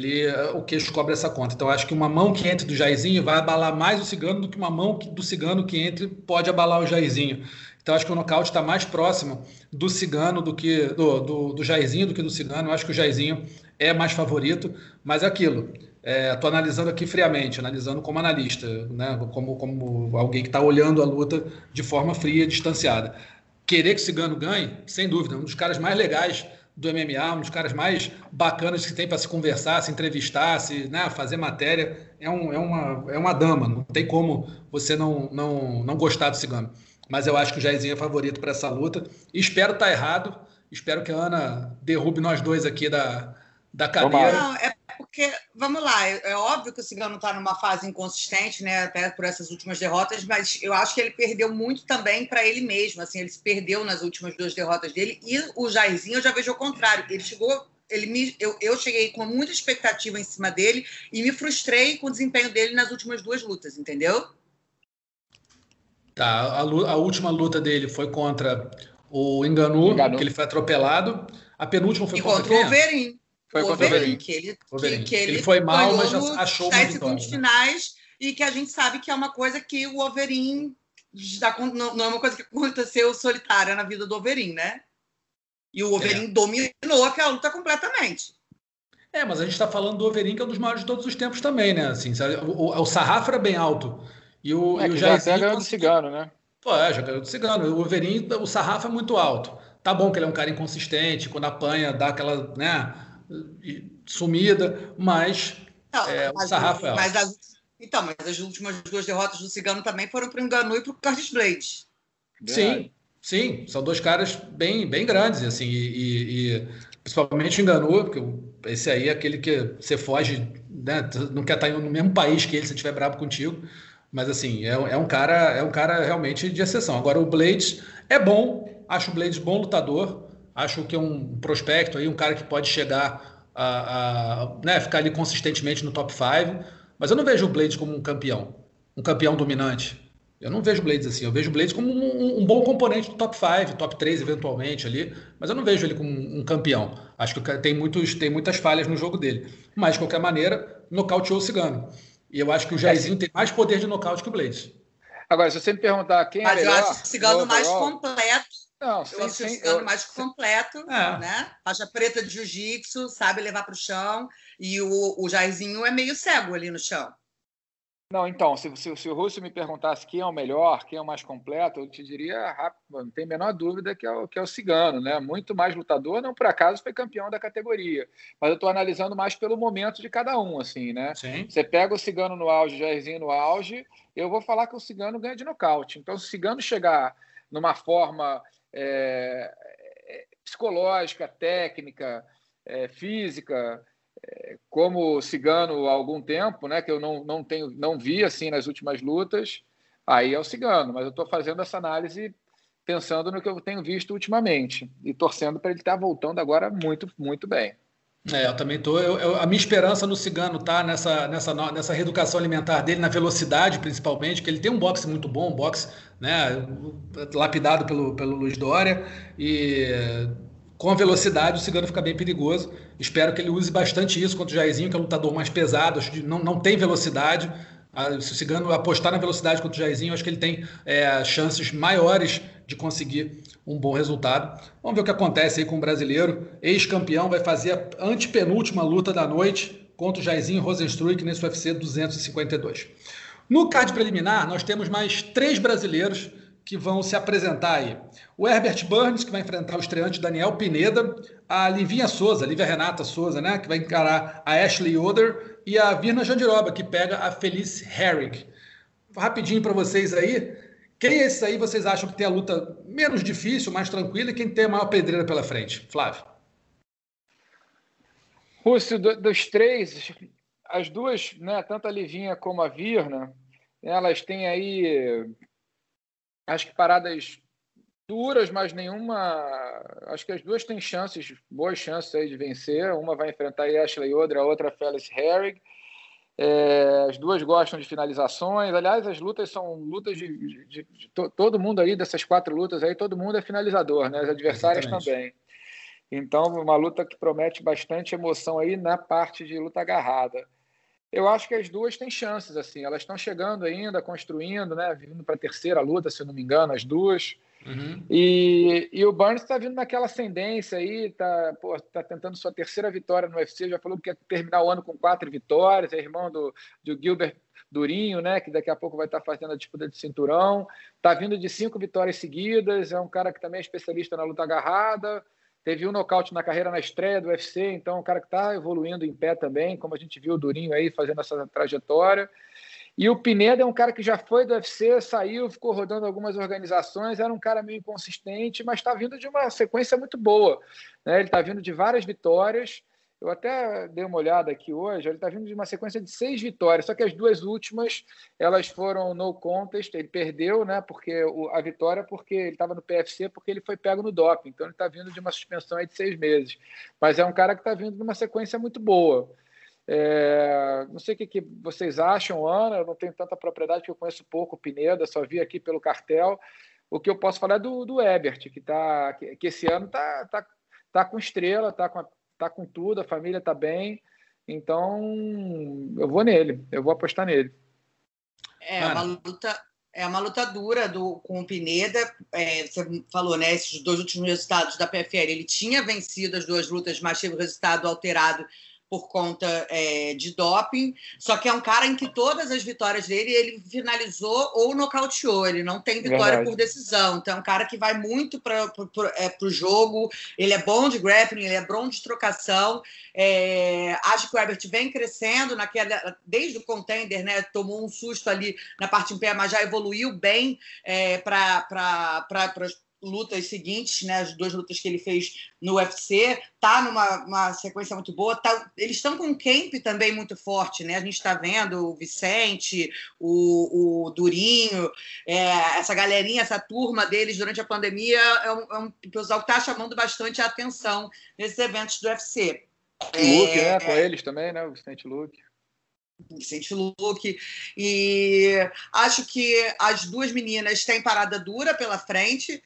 o queixo cobra essa conta. Então, acho que uma mão que entre do Jairzinho vai abalar mais o Cigano do que uma mão do Cigano que entre pode abalar o Jairzinho. Então, acho que o nocaute está mais próximo do Cigano do que do Jairzinho do que do Cigano. Eu acho que o Jairzinho é mais favorito, mas é aquilo. Estou analisando aqui friamente, analisando como analista, né? Como alguém que está olhando a luta de forma fria, distanciada. Querer que o Cigano ganhe, sem dúvida, um dos caras mais legais do MMA, um dos caras mais bacanas que tem para se conversar, se entrevistar, fazer matéria, é uma dama. Não tem como você não gostar do Cigano. Mas eu acho que o Jairzinho é favorito para essa luta. E espero estar errado. Espero que a Ana derrube nós dois aqui da cadeira. Não, é porque, vamos lá, é óbvio que o Cigano está numa fase inconsistente, né, até por essas últimas derrotas, mas eu acho que ele perdeu muito também para ele mesmo, assim, ele se perdeu nas últimas 2 derrotas dele, e o Jairzinho eu já vejo ao contrário, eu cheguei com muita expectativa em cima dele e me frustrei com o desempenho dele nas últimas 2 lutas, entendeu? Tá, a última luta dele foi contra o Ngannou, que ele foi atropelado. A penúltima foi contra quem? O Overeem. Foi contra o Overeem. Que ele foi mal, mas achou uma vitória. Finais, e que a gente sabe que é uma coisa que o Overeem não é uma coisa que aconteceu solitária na vida do Overeem, né? E o Overeem dominou aquela luta completamente. Mas a gente está falando do Overeem, que é um dos maiores de todos os tempos também, né? Assim, o sarrafo era bem alto. E o Jairzinho ganhou do Cigano, né? Já ganhou do Cigano. O Overeem, o sarrafo é muito alto. Tá bom que ele é um cara inconsistente, quando apanha, dá aquela, né, sumida, mas o sarrafo é alto. Mas as últimas 2 derrotas do Cigano também foram para o Ngannou e para o Curtis Blades. Sim. São 2 caras bem, bem grandes, assim, e principalmente o Ngannou, porque esse aí é aquele que você foge, né, não quer estar no mesmo país que ele se estiver bravo contigo. Mas, assim, é um cara realmente de exceção. Agora, o Blades é bom, acho o Blades bom lutador, Acho que é um prospecto aí, um cara que pode chegar né, ficar ali consistentemente no top 5, mas eu não vejo o Blades como um campeão dominante. Eu não vejo o Blades assim, eu vejo o Blades como um bom componente do top 5, top 3 eventualmente ali, mas eu não vejo ele como um campeão. Acho que tem muitas falhas no jogo dele. Mas, de qualquer maneira, nocauteou o Cigano. E eu acho que o Jairzinho tem mais poder de nocaute que o Blades. Agora, se você me perguntar quem é melhor... Mas eu acho o Cigano mais completo. Não, eu acho o Cigano mais completo, né? Faixa preta de jiu-jitsu, sabe levar para o chão, e o Jairzinho é meio cego ali no chão. Não, então, se o Russo me perguntasse quem é o melhor, quem é o mais completo, eu te diria rápido, não tem a menor dúvida que é o Cigano, né? Muito mais lutador, não por acaso foi campeão da categoria. Mas eu estou analisando mais pelo momento de cada um, assim, né? Sim. Você pega o Cigano no auge, o Jairzinho no auge, eu vou falar que o Cigano ganha de nocaute. Então, se o Cigano chegar numa forma psicológica, técnica, física, como o Cigano há algum tempo, né, que eu não vi assim nas últimas lutas, aí é o Cigano, mas eu estou fazendo essa análise pensando no que eu tenho visto ultimamente e torcendo para ele estar voltando agora muito, muito bem. Eu também estou. A minha esperança no Cigano tá nessa reeducação alimentar dele, na velocidade principalmente, que ele tem um boxe muito bom, um boxe, né, lapidado pelo Luiz Dória, e com a velocidade o Cigano fica bem perigoso. Espero que ele use bastante isso contra o Jairzinho, que é um lutador mais pesado, acho que não tem velocidade. Se o Cigano apostar na velocidade contra o Jairzinho, acho que ele tem chances maiores de conseguir um bom resultado. Vamos ver o que acontece aí com o brasileiro. Ex-campeão vai fazer a antepenúltima luta da noite contra o Jairzinho Rozenstruik nesse UFC 252. No card preliminar, nós temos mais 3 brasileiros que vão se apresentar aí. O Herbert Burns, que vai enfrentar o estreante Daniel Pineda, a Lívia Renata Souza, né, que vai encarar a Ashley Yoder, e a Virna Jandiroba, que pega a Felice Herrig. Rapidinho para vocês aí, quem é esse aí vocês acham que tem a luta menos difícil, mais tranquila, e quem tem a maior pedreira pela frente? Flávio. Rússio, dos 3, as duas, né, tanto a Livinha como a Virna, elas têm aí, acho que paradas duras, mas nenhuma... Acho que as duas têm boas chances aí de vencer. Uma vai enfrentar a Ashley Yoder, a outra a Felice Herrig. As duas gostam de finalizações. Aliás, as lutas são lutas de todo mundo aí, dessas 4 lutas aí, todo mundo é finalizador, né? As adversárias também. Então, uma luta que promete bastante emoção aí na parte de luta agarrada. Eu acho que as duas têm chances, assim. Elas estão chegando ainda, construindo, né? Vindo para a terceira luta, se eu não me engano, as duas. Uhum. E o Burns está vindo naquela ascendência aí, tá tentando sua terceira vitória no UFC, já falou que quer terminar o ano com 4 vitórias, é irmão do Gilbert Durinho, né, que daqui a pouco vai estar fazendo a disputa de cinturão, está vindo de 5 vitórias seguidas, é um cara que também é especialista na luta agarrada, teve um nocaute na carreira na estreia do UFC, então é um cara que está evoluindo em pé também, como a gente viu o Durinho aí fazendo essa trajetória. E o Pineda é um cara que já foi do UFC, saiu, ficou rodando algumas organizações, era um cara meio inconsistente, mas está vindo de uma sequência muito boa, né? Ele está vindo de várias vitórias, eu até dei uma olhada aqui hoje, ele está vindo de uma sequência de 6 vitórias, só que as 2 últimas, elas foram no contest, ele perdeu, né, a vitória porque ele estava no PFC, porque ele foi pego no doping, então ele está vindo de uma suspensão aí de 6 meses, mas é um cara que está vindo de uma sequência muito boa. Não sei o que vocês acham, Ana, eu não tenho tanta propriedade porque eu conheço pouco o Pineda, só vi aqui pelo cartel. O que eu posso falar é do Herbert, que esse ano tá com estrela, tá com tudo, a família tá bem, então eu vou nele, eu vou apostar nele. É uma luta dura com o Pineda. Você falou, né? Esses 2 últimos resultados da PFL, ele tinha vencido as 2 lutas, mas teve o resultado alterado por conta de doping, só que é um cara em que todas as vitórias dele ele finalizou ou nocauteou, ele não tem vitória por decisão, então é um cara que vai muito para o jogo, ele é bom de grappling, ele é bom de trocação, acho que o Herbert vem crescendo desde o contender, né, tomou um susto ali na parte em pé, mas já evoluiu bem para lutas seguintes, né, as 2 lutas que ele fez no UFC, tá numa sequência muito boa, eles estão com um camp também muito forte, né, a gente está vendo o Vicente, o Durinho, essa galerinha, essa turma deles durante a pandemia, é um pessoal que está chamando bastante a atenção nesses eventos do UFC. O Luke, né, com eles também, né, o Vicente Luque, e acho que as 2 meninas têm parada dura pela frente.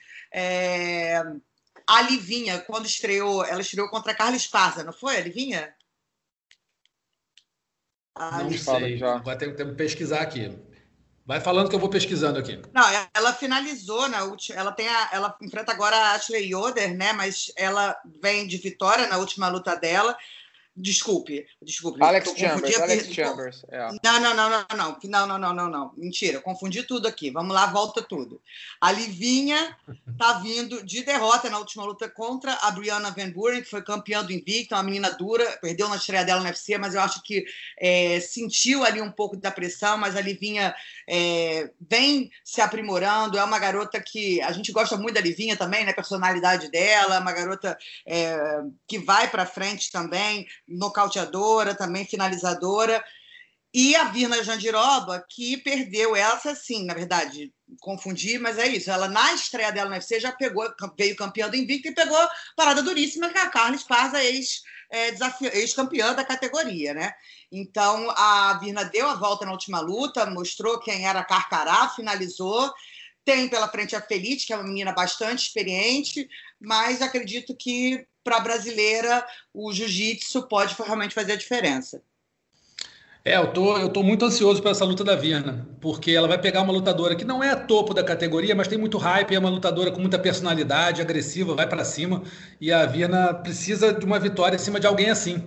A Livinha, quando estreou, ela estreou contra a Carla Esparza, não foi, a Livinha? Não sei, vai ter que pesquisar aqui. Vai falando que eu vou pesquisando aqui. Não, ela finalizou na última. Ela enfrenta agora a Ashley Yoder, né? Mas ela vem de vitória na última luta dela. Desculpe. Alex Chambers. Não. Mentira, confundi tudo aqui. Vamos lá, volta tudo. A Livinha tá vindo de derrota na última luta contra a Brianna Van Buren, que foi campeã do Invicto, uma menina dura, perdeu na estreia dela no UFC, mas eu acho que sentiu ali um pouco da pressão, mas a Livinha vem se aprimorando, é uma garota que a gente gosta muito da Livinha também, né? A personalidade dela, é uma garota que vai para frente também, nocauteadora, também finalizadora. E a Virna Jandiroba, que perdeu essa, sim, na verdade, confundi, mas é isso. Ela, na estreia dela no UFC, já veio campeã do Invicto e pegou parada duríssima, que é a Carla Esparza, ex-campeã da categoria, né? Então, a Virna deu a volta na última luta, mostrou quem era a Carcará, finalizou. Tem pela frente a Felite, que é uma menina bastante experiente, mas acredito que, para a brasileira, o jiu-jitsu pode realmente fazer a diferença. Eu tô muito ansioso para essa luta da Virna, porque ela vai pegar uma lutadora que não é topo da categoria, mas tem muito hype, é uma lutadora com muita personalidade, agressiva, vai para cima, e a Virna precisa de uma vitória em cima de alguém assim,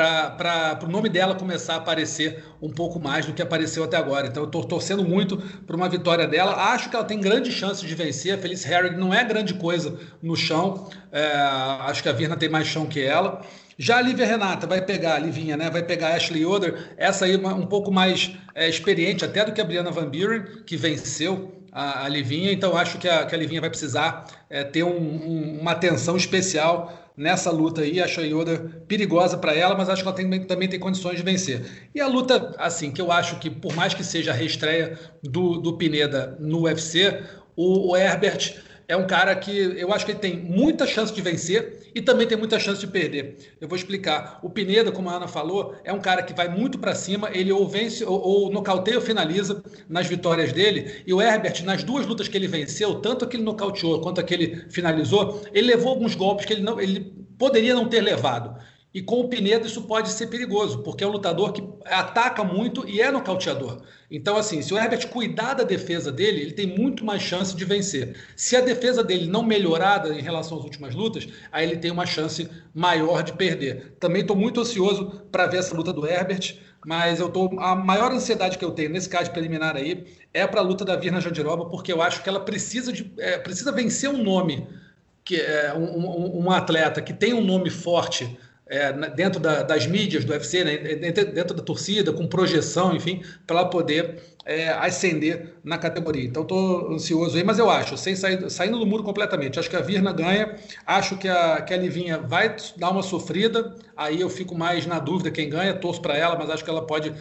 para o nome dela começar a aparecer um pouco mais do que apareceu até agora. Então eu estou torcendo muito por uma vitória dela. Acho que ela tem grandes chances de vencer. A Felice Herrig não é grande coisa no chão, acho que a Virna tem mais chão que ela. Já a Lívia Renata vai pegar, a Livinha, né? Vai pegar a Ashley Yoder, essa aí um pouco mais experiente até do que a Brianna Van Buren, que venceu a Livinha. Então acho que a Livinha vai precisar ter uma atenção especial nessa luta aí. Acho a Yoder perigosa para ela, mas acho que ela também tem condições de vencer. E a luta, assim, que eu acho que por mais que seja a reestreia do Pineda no UFC, o Herbert é um cara que eu acho que ele tem muita chance de vencer e também tem muita chance de perder. Eu vou explicar. O Pineda, como a Ana falou, é um cara que vai muito para cima, ele ou vence ou nocauteia ou finaliza nas vitórias dele. E o Herbert, nas 2 lutas que ele venceu, tanto aquele nocauteou quanto aquele finalizou, ele levou alguns golpes que ele poderia não ter levado. E com o Pineda isso pode ser perigoso, porque é um lutador que ataca muito e é nocauteador. Então, assim, se o Herbert cuidar da defesa dele, ele tem muito mais chance de vencer. Se a defesa dele não melhorada em relação às últimas lutas, aí ele tem uma chance maior de perder. Também estou muito ansioso para ver essa luta do Herbert, mas a maior ansiedade que eu tenho nesse caso preliminar aí é para a luta da Virna Jandiroba, porque eu acho que ela precisa vencer um nome, que é um atleta que tem um nome forte dentro das mídias do UFC, né, dentro da torcida, com projeção, enfim, para ela poder ascender na categoria. Então, estou ansioso aí, mas eu acho, saindo do muro completamente, acho que a Virna ganha, acho que a Livinha vai dar uma sofrida, aí eu fico mais na dúvida quem ganha, torço para ela, mas acho que ela pode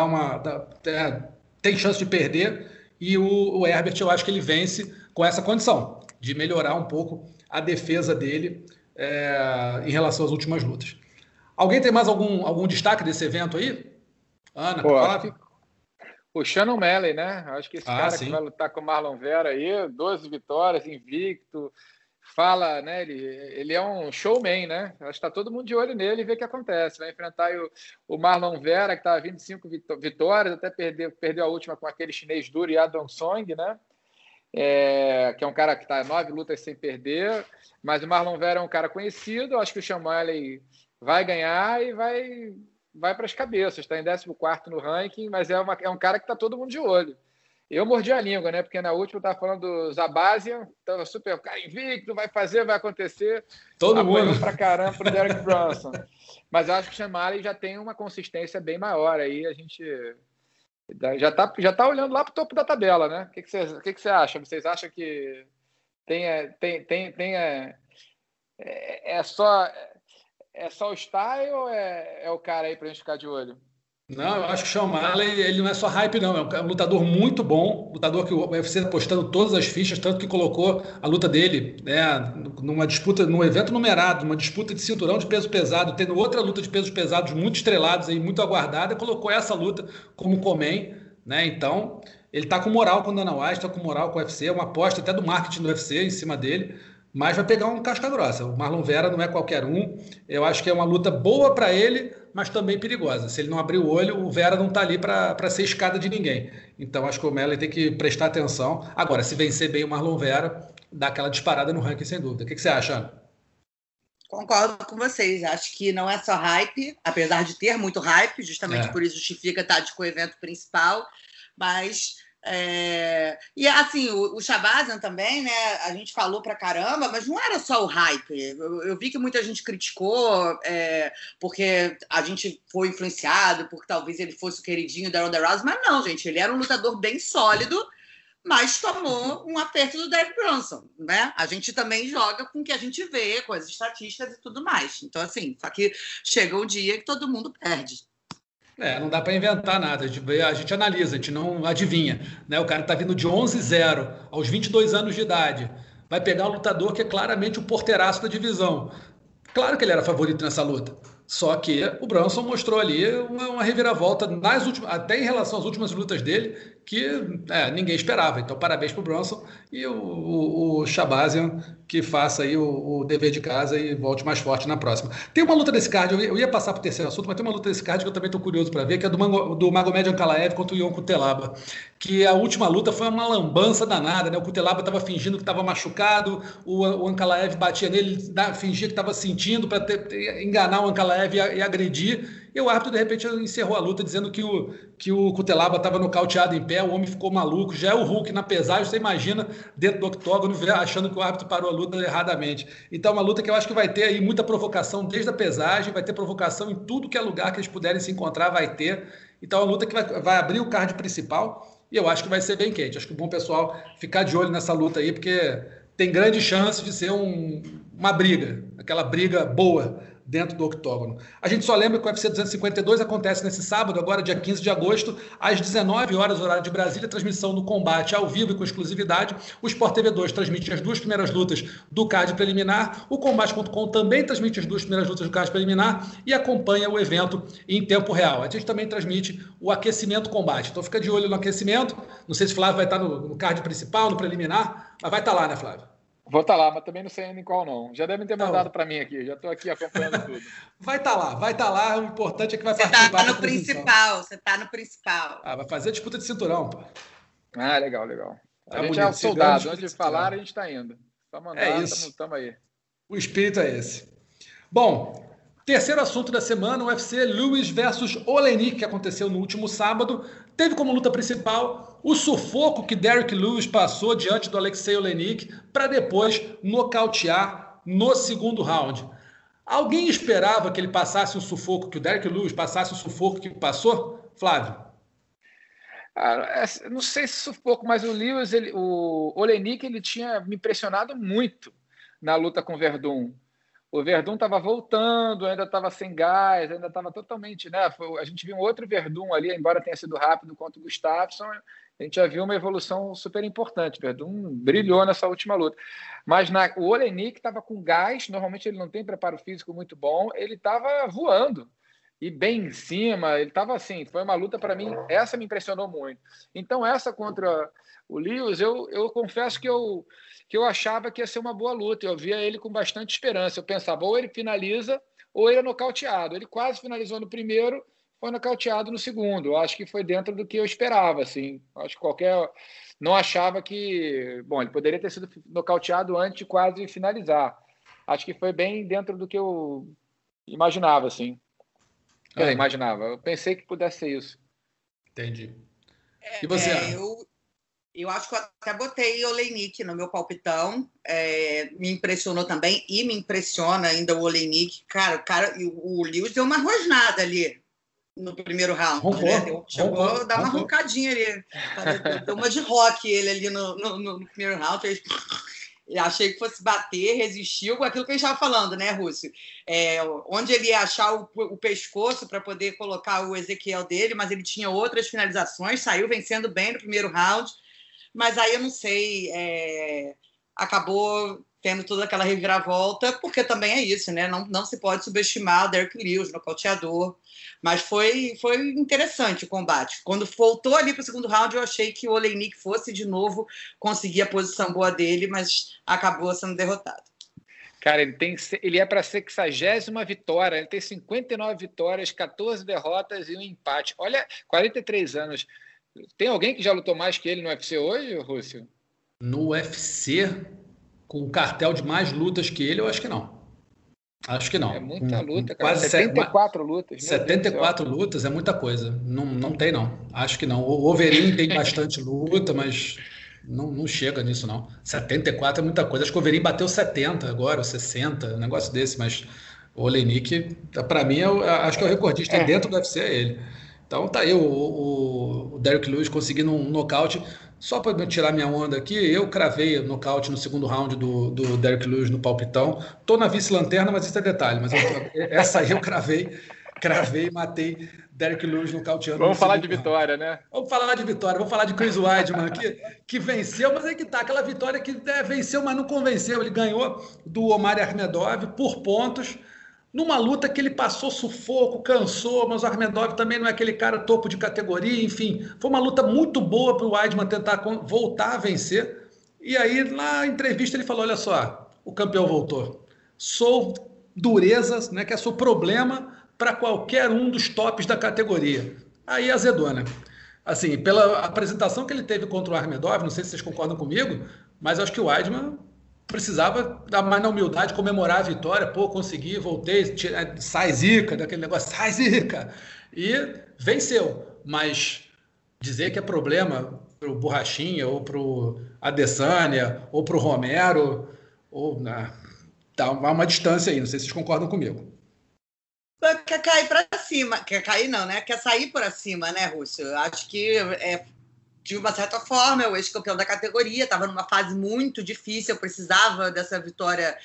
tem chance de perder, e o Herbert, eu acho que ele vence com essa condição, de melhorar um pouco a defesa dele em relação às últimas lutas. Alguém tem mais algum destaque desse evento aí? Ana, o Shannon Malley, né? Acho que esse cara sim, que vai lutar com o Marlon Vera aí, 12 vitórias, invicto, fala, né? Ele é um showman, né? Acho que está todo mundo de olho nele e vê o que acontece. Vai enfrentar o Marlon Vera, que estava 25 vitórias, até perdeu a última com aquele chinês duro, Yadong Song, né? Que é um cara que está 9 lutas sem perder, mas o Marlon Vera é um cara conhecido. Acho que o Sean O'Malley vai ganhar e vai para as cabeças, está em 14º no ranking, mas é um cara que está todo mundo de olho. Eu mordi a língua, né? Porque na última eu estava falando do Zabazian, estava super, o cara invicto, vai acontecer. Todo mundo para caramba pro Derek Brunson. Mas eu acho que o Sean O'Malley já tem uma consistência bem maior aí, a gente já tá olhando lá para o topo da tabela, né? O que você acha? Vocês acham que É só o style ou é o cara aí pra gente ficar de olho? Não, eu acho que o Sean O'Malley, ele não é só hype, não. É um lutador muito bom, lutador que o UFC está apostando todas as fichas, tanto que colocou a luta dele, né, numa disputa, num evento numerado, numa disputa de cinturão de peso pesado, tendo outra luta de pesos pesados muito estrelados aí, muito aguardada, colocou essa luta como co-main, né? Então, ele está com moral com o Dana White, está com moral com o UFC, é uma aposta até do marketing do UFC em cima dele. Mas vai pegar um casca grossa. O Marlon Vera não é qualquer um. Eu acho que é uma luta boa para ele, mas também perigosa. Se ele não abrir o olho, o Vera não está ali para ser escada de ninguém. Então acho que o O'Malley tem que prestar atenção. Agora, se vencer bem o Marlon Vera, dá aquela disparada no ranking, sem dúvida. O que você acha, Ana? Concordo com vocês. Acho que não é só hype, apesar de ter muito hype, justamente por isso justifica estar com o evento principal, mas... E assim, o Shahbazyan também, né? A gente falou pra caramba, mas não era só o hype. Eu vi que muita gente criticou porque a gente foi influenciado, porque talvez ele fosse o queridinho da Ronda Rousey, mas não, gente, ele era um lutador bem sólido, mas tomou um aperto do Derek Brunson, né? A gente também joga com o que a gente vê, com as estatísticas e tudo mais. Então, assim, só que chega um dia que todo mundo perde. Não dá para inventar nada, a gente analisa, a gente não adivinha, né? O cara está vindo de 11-0 aos 22 anos de idade, vai pegar um lutador que é claramente o porteiraço da divisão. Claro que ele era favorito nessa luta, só que o Brunson mostrou ali uma reviravolta até em relação às últimas lutas dele, que ninguém esperava. Então, parabéns para o Brunson e o Shahbazyan, que faça aí o dever de casa e volte mais forte na próxima. Tem uma luta desse card, eu ia passar para o terceiro assunto, mas tem uma luta desse card que eu também estou curioso para ver, que é do Magomed Ankalaev contra o Ion Cutelaba, que a última luta foi uma lambança danada, né? O Cutelaba estava fingindo que estava machucado, o Ankalaev batia nele, fingia que estava sentindo para enganar o Ankalaev e agredir, e o árbitro de repente encerrou a luta dizendo que o Cutelaba estava nocauteado em pé, o homem ficou maluco, já é o Hulk na pesagem, você imagina dentro do octógono achando que o árbitro parou a luta erradamente. Então é uma luta que eu acho que vai ter aí muita provocação desde a pesagem, vai ter provocação em tudo que é lugar que eles puderem se encontrar, vai ter. Então é uma luta que vai abrir o card principal e eu acho que vai ser bem quente. Acho que é bom pessoal ficar de olho nessa luta aí, porque tem grande chance de ser uma briga, aquela briga boa dentro do octógono. A gente só lembra que o UFC 252 acontece nesse sábado, agora dia 15 de agosto, às 19 horas, horário de Brasília, transmissão do combate ao vivo e com exclusividade. O Sport TV 2 transmite as duas primeiras lutas do card preliminar, o Combate.com também transmite as duas primeiras lutas do card preliminar e acompanha o evento em tempo real. A gente também transmite o aquecimento combate, então fica de olho no aquecimento. Não sei se o Flávio vai estar no card principal, no preliminar, mas vai estar lá, né, Flávio? Vou estar lá, mas também não sei ainda em qual não. Já devem ter mandado para mim aqui, já estou aqui acompanhando tudo. Vai estar lá. O importante é que vai participar. Você está no principal. Vai fazer a disputa de cinturão, pô. Legal. A gente é um soldado, antes de falar, a gente está indo. Só mandar, estamos aí. O espírito é esse. Bom, terceiro assunto da semana, o UFC Lewis versus Oleinik, que aconteceu no último sábado. Teve como luta principal o sufoco que Derrick Lewis passou diante do Alexei Oleinik para depois nocautear no segundo round. Alguém esperava que ele passasse o sufoco, que o Derrick Lewis passasse o sufoco que passou? Flávio? Não sei se sufoco, mas o Lewis, o Oleinik, ele tinha me impressionado muito na luta com o Verdun. O Verdun estava voltando, ainda estava sem gás, ainda estava totalmente, né? A gente viu um outro Verdun ali, embora tenha sido rápido contra o Gustafsson, a gente já viu uma evolução super importante. O Verdun brilhou nessa última luta. Mas o Oleinik estava com gás, normalmente ele não tem preparo físico muito bom, ele estava voando e bem em cima, ele estava assim, foi uma luta para mim, essa me impressionou muito. Então essa contra o Lewis, eu confesso que eu achava que ia ser uma boa luta, eu via ele com bastante esperança, eu pensava, ou ele finaliza, ou ele é nocauteado. Ele quase finalizou no primeiro, foi nocauteado no segundo. Eu acho que foi dentro do que eu esperava, assim. Acho que não achava que... Bom, ele poderia ter sido nocauteado antes de quase finalizar. Acho que foi bem dentro do que eu imaginava, assim. Imaginava. Eu pensei que pudesse ser isso. Entendi. E você? Eu acho que eu até botei o Oleinik no meu palpitão. Me impressionou também e me impressiona ainda o Oleinik. O Lewis deu uma rosnada ali no primeiro round. Chegou a dar uma roncadinha ali. Deu uma de rock ele ali no primeiro round. Achei que fosse bater, resistiu, aquilo que a gente estava falando, né, Rússio? Onde ele ia achar o pescoço para poder colocar o Ezequiel dele, mas ele tinha outras finalizações, saiu vencendo bem no primeiro round, mas aí eu não sei, acabou tendo toda aquela reviravolta, porque também é isso, né? Não se pode subestimar o Derrick Lewis, nocauteador. Mas foi interessante o combate. Quando voltou ali para o segundo round, eu achei que o Oleinik fosse de novo conseguir a posição boa dele, mas acabou sendo derrotado. Cara, ele é para a 60ª vitória, ele tem 59 vitórias, 14 derrotas e um empate. Olha, 43 anos. Tem alguém que já lutou mais que ele no UFC hoje, Rússio? No UFC, com um cartel de mais lutas que ele, eu acho que não. Acho que não. É muita luta, cara. Quase 74 lutas. 74 lutas é muita coisa. Não tem, não. Acho que não. O Overeem tem bastante luta, mas não chega nisso, não. 74 é muita coisa. Acho que o Overeem bateu 70 agora, 60, um negócio desse, mas o Oleinik, para mim, acho que é o recordista dentro do UFC, é ele. Então tá aí o Derrick Lewis conseguindo um nocaute. Só para tirar minha onda aqui, eu cravei nocaute no segundo round do Derrick Lewis no palpitão. Tô na vice-lanterna, mas isso é detalhe. Mas essa aí eu cravei e matei Derrick Lewis nocauteando. Vamos falar de vitória, né? Vamos falar de vitória. Vamos falar de Chris Weidman, que venceu, mas aí que tá, aquela vitória que venceu, mas não convenceu. Ele ganhou do Omar Akhmedov por pontos, numa luta que ele passou sufoco, cansou, mas o Akhmedov também não é aquele cara topo de categoria, enfim. Foi uma luta muito boa para o Weidman tentar voltar a vencer. E aí, na entrevista, ele falou, olha só, o campeão voltou. Sou dureza, né, que é seu problema para qualquer um dos tops da categoria. Aí azedou, né? Assim, pela apresentação que ele teve contra o Akhmedov, não sei se vocês concordam comigo, mas acho que o Weidman precisava dar mais na humildade, comemorar a vitória. Pô, consegui, voltei, sai zica, daquele negócio, sai zica. E venceu. Mas dizer que é problema pro Borrachinha, ou pro Adesanya, ou pro Romero, dá uma distância aí. Não sei se vocês concordam comigo. Quer cair para cima. Quer cair não, né? Quer sair para cima, né, Rússio? Eu acho que de uma certa forma, é o ex-campeão da categoria, estava numa fase muito difícil, eu precisava dessa vitória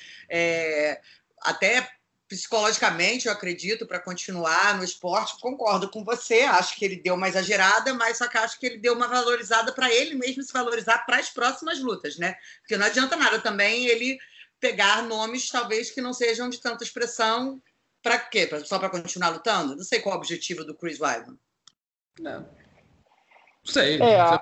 até psicologicamente, eu acredito, para continuar no esporte. Concordo com você, acho que ele deu uma exagerada, mas só que acho que ele deu uma valorizada para ele mesmo se valorizar para as próximas lutas, né? Porque não adianta nada também ele pegar nomes, talvez, que não sejam de tanta expressão. Para quê? Só para continuar lutando? Não sei qual é o objetivo do Chris Weidman. Não sei.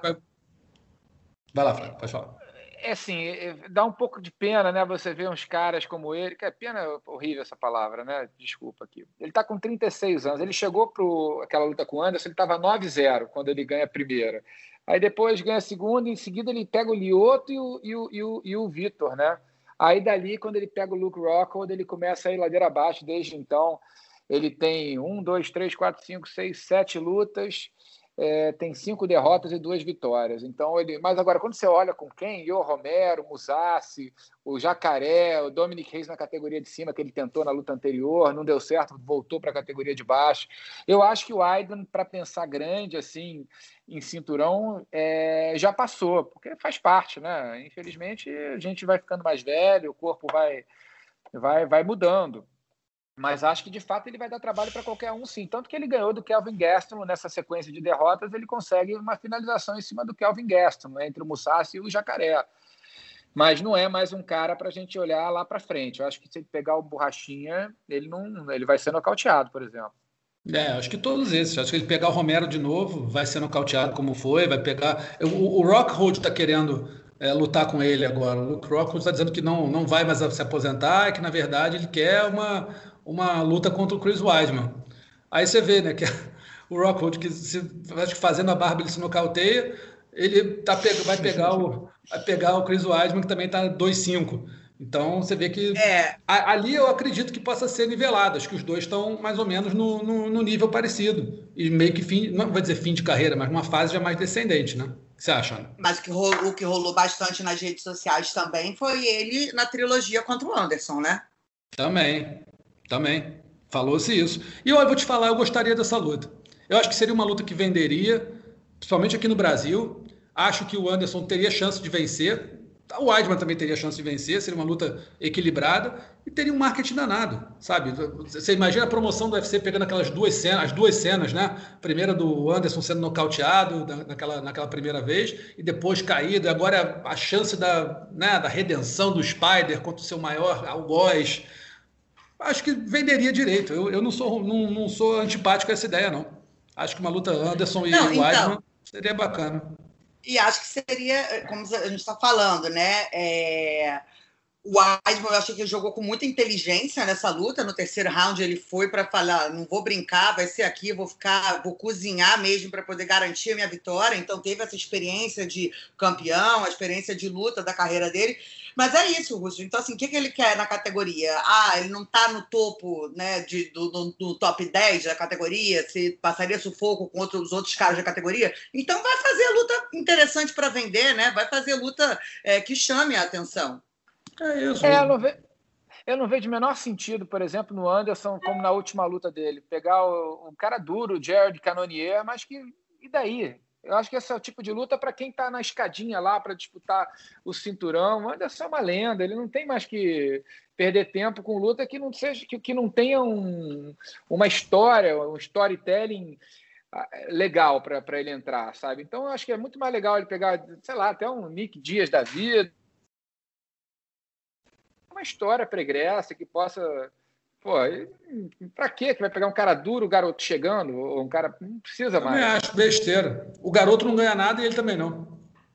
Vai lá, Flávio, pode falar. Assim, dá um pouco de pena, né? Você vê uns caras como ele, que pena é horrível essa palavra, né? Desculpa aqui. Ele tá com 36 anos, ele chegou para aquela luta com o Anderson, ele tava 9-0 quando ele ganha a primeira. Aí depois ganha a segunda, e em seguida ele pega o Lyoto e o Vitor, né? Aí dali, quando ele pega o Luke Rockhold, ele começa a ir ladeira abaixo. Desde então, ele tem 1, 2, 3, 4, 5, 6, 7 lutas, tem 5 derrotas e 2 vitórias. Então, mas agora, quando você olha com quem? O Romero, Mousasi, o Jacaré, o Dominic Reyes na categoria de cima, que ele tentou na luta anterior, não deu certo, voltou para a categoria de baixo. Eu acho que o Weidman, para pensar grande, assim, em cinturão, já passou, porque faz parte, né? Infelizmente, a gente vai ficando mais velho, o corpo vai mudando. Mas acho que, de fato, ele vai dar trabalho para qualquer um, sim. Tanto que ele ganhou do Kelvin Gastelum nessa sequência de derrotas, ele consegue uma finalização em cima do Kelvin Gastelum, entre o Mousasi e o Jacaré. Mas não é mais um cara para a gente olhar lá para frente. Eu acho que se ele pegar o Borrachinha, ele vai ser nocauteado, por exemplo. Acho que todos esses. Acho que ele pegar o Romero de novo, vai ser nocauteado como foi, vai pegar... O Rockhold está querendo lutar com ele agora. O Rockhold está dizendo que não vai mais se aposentar e que, na verdade, ele quer uma luta contra o Chris Weidman. Aí você vê, né, que o Rockhold, acho que fazendo a barba ele se nocauteia, ele vai pegar o Chris Weidman, que também está 2-5. Então, você vê que ali eu acredito que possa ser nivelado. Acho que os dois estão mais ou menos no nível parecido. E meio que não vou dizer fim de carreira, mas uma fase já mais descendente, né? O que você acha, Ana? Mas o que rolou bastante nas redes sociais também foi ele na trilogia contra o Anderson, né? Também. Falou-se isso. E eu vou te falar, eu gostaria dessa luta. Eu acho que seria uma luta que venderia, principalmente aqui no Brasil. Acho que o Anderson teria chance de vencer. O Weidman também teria chance de vencer, seria uma luta equilibrada e teria um marketing danado, sabe? Você imagina a promoção do UFC pegando aquelas as duas cenas, né? Primeira do Anderson sendo nocauteado naquela primeira vez e depois caído. E agora a chance da redenção do Spider contra o seu maior algoz. Acho que venderia direito. Eu não sou antipático a essa ideia, não. Acho que uma luta Anderson e Weidman seria bacana. E acho que seria, como a gente está falando, né? O Weidman, eu achei que ele jogou com muita inteligência nessa luta. No terceiro round, ele foi para falar: não vou brincar, vai ser aqui, vou cozinhar mesmo para poder garantir a minha vitória. Então, teve essa experiência de campeão, a experiência de luta da carreira dele. Mas é isso, Russo. Então, assim, o que ele quer na categoria? Ele não está no topo, né, do top 10 da categoria, se passaria sufoco com os outros caras da categoria. Então, vai fazer luta interessante para vender, né? Vai fazer luta que chame a atenção. É isso. Eu não vejo o menor sentido, por exemplo, no Anderson, como na última luta dele, pegar um cara duro, o Jared Cannonier, mas e daí? Eu acho que esse é o tipo de luta para quem está na escadinha lá para disputar o cinturão. O Anderson é uma lenda, ele não tem mais que perder tempo com luta que não tenha uma história, um storytelling legal para ele entrar, sabe? Então, eu acho que é muito mais legal ele pegar, sei lá, até um Nick Diaz da vida, uma história pregressa que possa... Pô, pra quê que vai pegar um cara duro, o garoto chegando? Ou um cara... Não precisa mais. Eu acho besteira. O garoto não ganha nada e ele também não.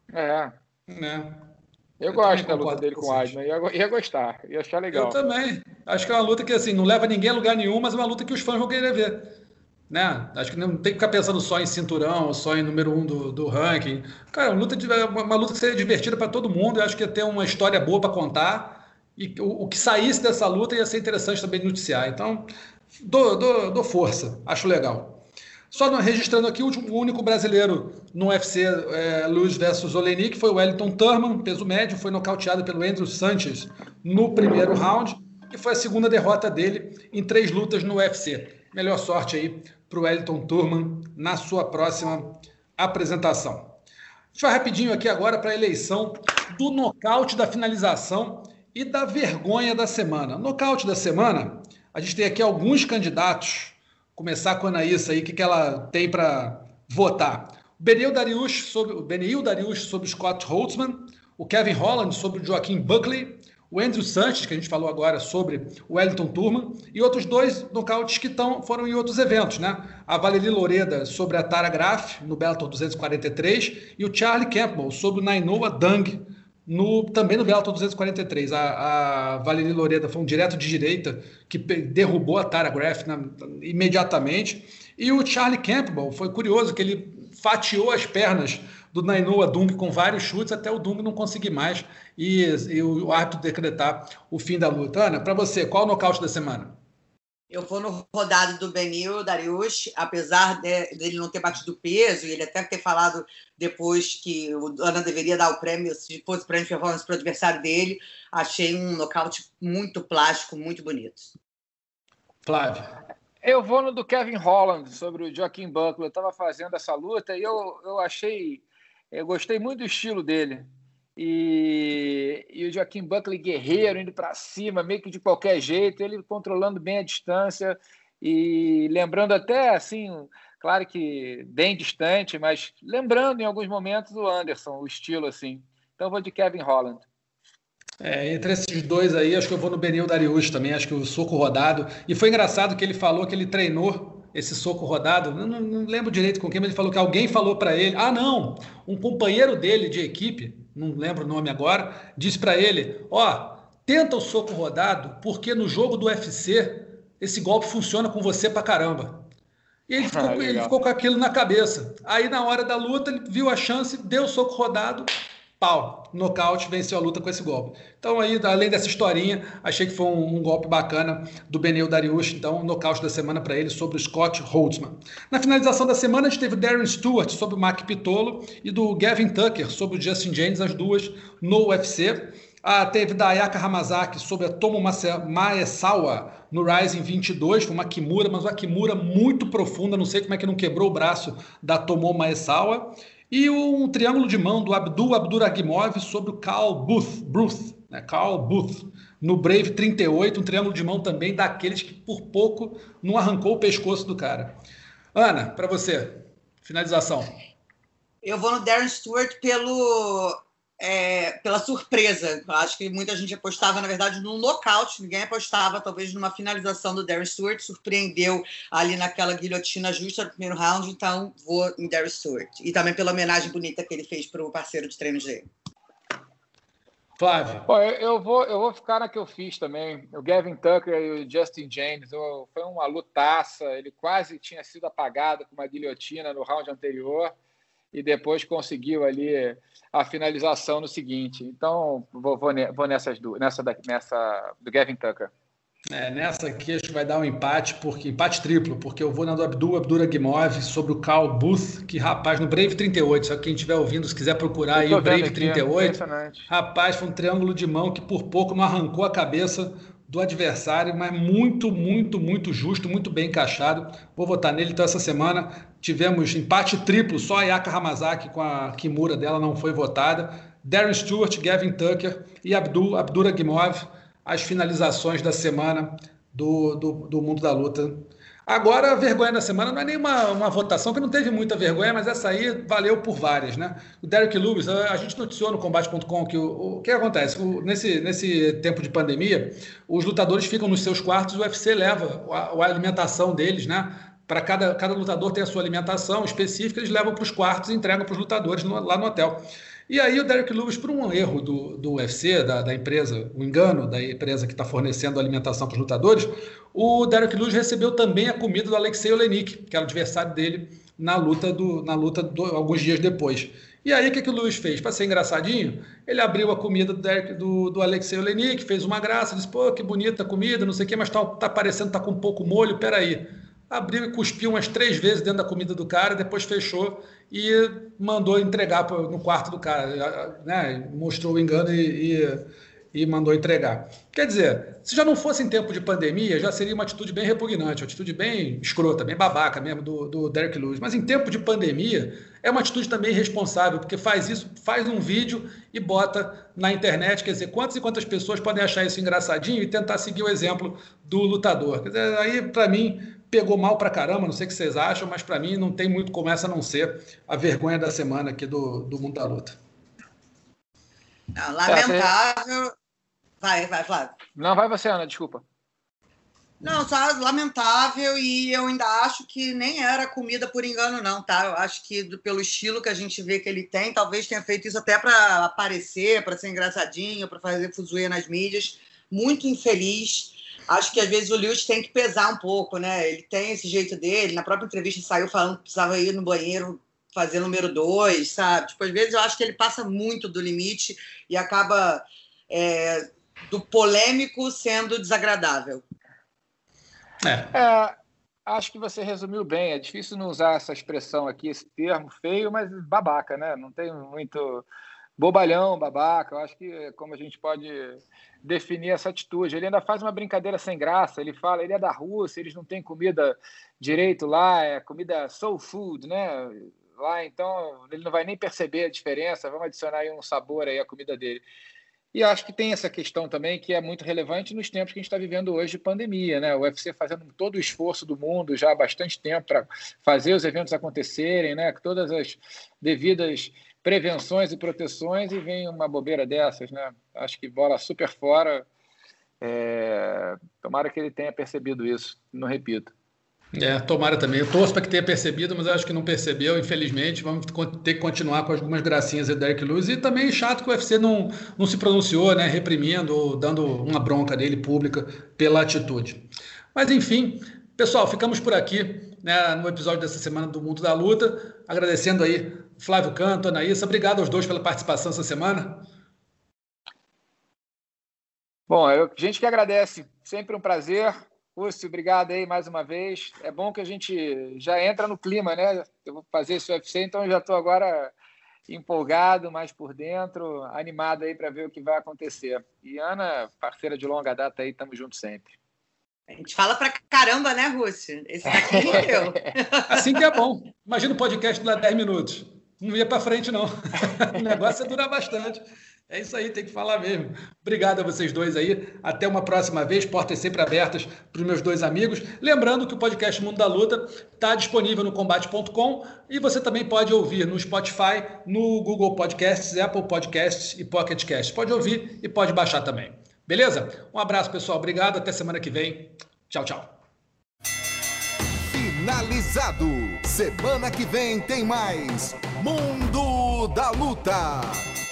Né? Eu gosto da luta dele com o Weidman. Ia gostar. Ia achar legal. Eu também. Acho que é uma luta que assim, não leva ninguém a lugar nenhum, mas é uma luta que os fãs vão querer ver. Né? Acho que não tem que ficar pensando só em cinturão, só em número 1 do ranking. Cara, uma luta que seria divertida para todo mundo. Eu acho que ia ter uma história boa para contar. E o que saísse dessa luta ia ser interessante também noticiar. Então, dou força. Acho legal. Só registrando aqui, o único brasileiro no UFC Luz versus Oleinik foi o Wellington Turman, peso médio, foi nocauteado pelo Andrew Sanchez no primeiro round, e foi a segunda derrota dele em 3 lutas no UFC. Melhor sorte aí para o Wellington Turman na sua próxima apresentação. A gente vai rapidinho aqui agora para a eleição do nocaute da finalização e da vergonha da semana. Nocaute da semana, a gente tem aqui alguns candidatos. Começar com a Anaísa aí, o que ela tem para votar. O Beneil Dariush sobre o Scott Holtzman, o Kevin Holland sobre o Joaquin Buckley, o Andrew Sanchez, que a gente falou agora sobre o Wellington Turman, e outros 2 nocautes que foram em outros eventos, né? A Valerie Loureda sobre a Tara Graf, no Bellator 243, e o Charlie Campbell sobre o Nainoa Dang, também no Bellator 243. A Valerie Loureda foi um direto de direita que derrubou a Tara Graf imediatamente. E o Charlie Campbell, foi curioso que ele fatiou as pernas do Nainoa Dung com vários chutes até o Dung não conseguir mais e o árbitro decretar o fim da luta. Ana, para você, qual o nocaute da semana? Eu vou no rodado do Beneil Dariush, apesar dele não ter batido peso, e ele até ter falado depois que o Ana deveria dar o prêmio, se fosse para a performance para o adversário dele. Achei um nocaute muito plástico, muito bonito. Flávio. Eu vou no do Kevin Holland sobre o Joaquin Buckley. Eu estava fazendo essa luta e eu gostei muito do estilo dele. E o Joaquin Buckley guerreiro, indo para cima, meio que de qualquer jeito, ele controlando bem a distância e lembrando até, assim, claro que bem distante, mas lembrando em alguns momentos o Anderson, o estilo assim. Então eu vou de Kevin Holland. Entre esses 2 aí, acho que eu vou no Beneil Dariush também, acho que o soco rodado. E foi engraçado que ele falou que ele treinou esse soco rodado, não lembro direito com quem, mas ele falou que alguém falou para ele, um companheiro dele de equipe, não lembro o nome agora, disse para ele, tenta o soco rodado, porque no jogo do UFC, esse golpe funciona com você pra caramba. E ele ficou com aquilo na cabeça. Aí na hora da luta, ele viu a chance, deu o soco rodado, pau, nocaute, venceu a luta com esse golpe. Então aí, além dessa historinha, achei que foi um golpe bacana do Beneil Dariush, então nocaute da semana para ele sobre o Scott Holtzman. Na finalização da semana, a gente teve o Darren Stewart sobre o Mac Pitolo e do Gavin Tucker sobre o Justin James, as duas no UFC. Teve da Ayaka Hamazaki sobre a Tomo Maesawa no Rising 22, foi uma Kimura, mas uma Kimura muito profunda, não sei como é que não quebrou o braço da Tomo Maesawa. E um triângulo de mão do Abdurakhimov sobre o Carl Booth, né? Carl Booth, no Brave 38, um triângulo de mão também daqueles que por pouco não arrancou o pescoço do cara. Ana, para você, finalização. Eu vou no Darren Stewart pela surpresa. Acho que muita gente apostava, na verdade, num nocaute. Ninguém apostava, talvez, numa finalização do Darren Stewart. Surpreendeu ali naquela guilhotina justa no primeiro round. Então, vou em Darren Stewart. E também pela homenagem bonita que ele fez para o parceiro de treinos dele. Flávio. Bom, eu vou ficar na que eu fiz também. O Gavin Tucker e o Justin James. Foi uma lutaça. Ele quase tinha sido apagado com uma guilhotina no round anterior. E depois conseguiu ali a finalização no seguinte. Então, vou nessas duas, nessa do Gavin Tucker. Nessa aqui acho que vai dar um empate triplo, porque eu vou na do Abdurakhimov sobre o Carl Booth, que, rapaz, no Brave 38, só que quem estiver ouvindo, se quiser procurar aí o Brave 38, rapaz, foi um triângulo de mão que por pouco não arrancou a cabeça do adversário, mas muito, muito, muito justo, muito bem encaixado. Vou votar nele. Então, essa semana tivemos empate triplo, só a Yaka Hamazaki com a Kimura dela não foi votada. Darren Stewart, Gavin Tucker e Abdurakhimov, as finalizações da semana do mundo da luta. Agora, a vergonha da semana não é nem uma votação, que não teve muita vergonha, mas essa aí valeu por várias, né? O Derrick Lewis, a gente noticiou no Combate.com que o que acontece? Nesse tempo de pandemia, os lutadores ficam nos seus quartos e o UFC leva a alimentação deles, né? Para cada lutador ter a sua alimentação específica, eles levam para os quartos e entregam para os lutadores lá no hotel. E aí o Derrick Lewis, por um erro do UFC, da empresa, um engano da empresa que está fornecendo alimentação para os lutadores, o Derrick Lewis recebeu também a comida do Alexei Oleinik, que era o adversário dele na luta alguns dias depois. E aí o que o Lewis fez? Para ser engraçadinho, ele abriu a comida do Alexei Oleinik, fez uma graça, disse, pô, que bonita a comida, não sei o quê, mas tá parecendo que tá com um pouco molho, peraí. Abriu e cuspiu umas 3 vezes dentro da comida do cara, depois fechou e mandou entregar no quarto do cara, né? Mostrou o engano e mandou entregar. Quer dizer, se já não fosse em tempo de pandemia, já seria uma atitude bem repugnante, uma atitude bem escrota, bem babaca mesmo do Derrick Lewis. Mas em tempo de pandemia, é uma atitude também irresponsável, porque faz um vídeo e bota na internet. Quer dizer, quantas e quantas pessoas podem achar isso engraçadinho e tentar seguir o exemplo do lutador? Quer dizer, aí, para mim, pegou mal pra caramba, não sei o que vocês acham, mas para mim não tem muito como essa não ser a vergonha da semana aqui do mundo da luta. Não, lamentável. Vai, Flávio. Não, vai você, Ana, desculpa. Não, só lamentável, e eu ainda acho que nem era comida por engano, não, tá? Eu acho que pelo estilo que a gente vê que ele tem, talvez tenha feito isso até para aparecer, para ser engraçadinho, para fazer fuzuê nas mídias. Muito infeliz. Acho que às vezes o Lewis tem que pesar um pouco, né? Ele tem esse jeito dele. Na própria entrevista saiu falando que precisava ir no banheiro fazer número 2, sabe? Tipo, às vezes eu acho que ele passa muito do limite e acaba do polêmico sendo desagradável. Acho que você resumiu bem. É difícil não usar essa expressão aqui, esse termo feio, mas babaca, né? Não tem muito bobalhão, babaca. Eu acho que como a gente pode definir essa atitude. Ele ainda faz uma brincadeira sem graça. Ele fala, ele é da Rússia, eles não têm comida direito lá, é comida soul food, né? Lá, então ele não vai nem perceber a diferença. Vamos adicionar aí um sabor aí à comida dele. E acho que tem essa questão também que é muito relevante nos tempos que a gente está vivendo hoje de pandemia, né? O UFC fazendo todo o esforço do mundo já há bastante tempo para fazer os eventos acontecerem, né? Com todas as devidas prevenções e proteções, e vem uma bobeira dessas, né? Acho que bola super fora. Tomara que ele tenha percebido isso, não repito. Tomara também. Eu torço para que tenha percebido, mas eu acho que não percebeu, infelizmente. Vamos ter que continuar com algumas gracinhas do Derrick Lewis. E também chato que o UFC não se pronunciou, né, reprimindo ou dando uma bronca dele pública pela atitude. Mas, enfim, pessoal, ficamos por aqui, né, no episódio dessa semana do Mundo da Luta. Agradecendo aí Flávio Canto, Anaísa. Obrigado aos dois pela participação essa semana. Bom, a gente que agradece. Sempre um prazer. Rússio, obrigado aí mais uma vez. É bom que a gente já entra no clima, né? Eu vou fazer esse UFC, então eu já estou agora empolgado, mais por dentro, animado aí para ver o que vai acontecer. E Ana, parceira de longa data aí, estamos juntos sempre. A gente fala pra caramba, né, Rússio? Esse daqui é eu. Assim que é bom. Imagina o podcast lá 10 minutos. não ia para frente, não. O negócio é durar bastante. É isso aí, tem que falar mesmo. Obrigado a vocês dois aí. Até uma próxima vez. Portas sempre abertas para os meus dois amigos. Lembrando que o podcast Mundo da Luta está disponível no combate.com e você também pode ouvir no Spotify, no Google Podcasts, Apple Podcasts e Pocket Casts. Pode ouvir e pode baixar também. Beleza? Um abraço, pessoal. Obrigado. Até semana que vem. Tchau, tchau. Finalizado. Semana que vem tem mais Mundo da Luta.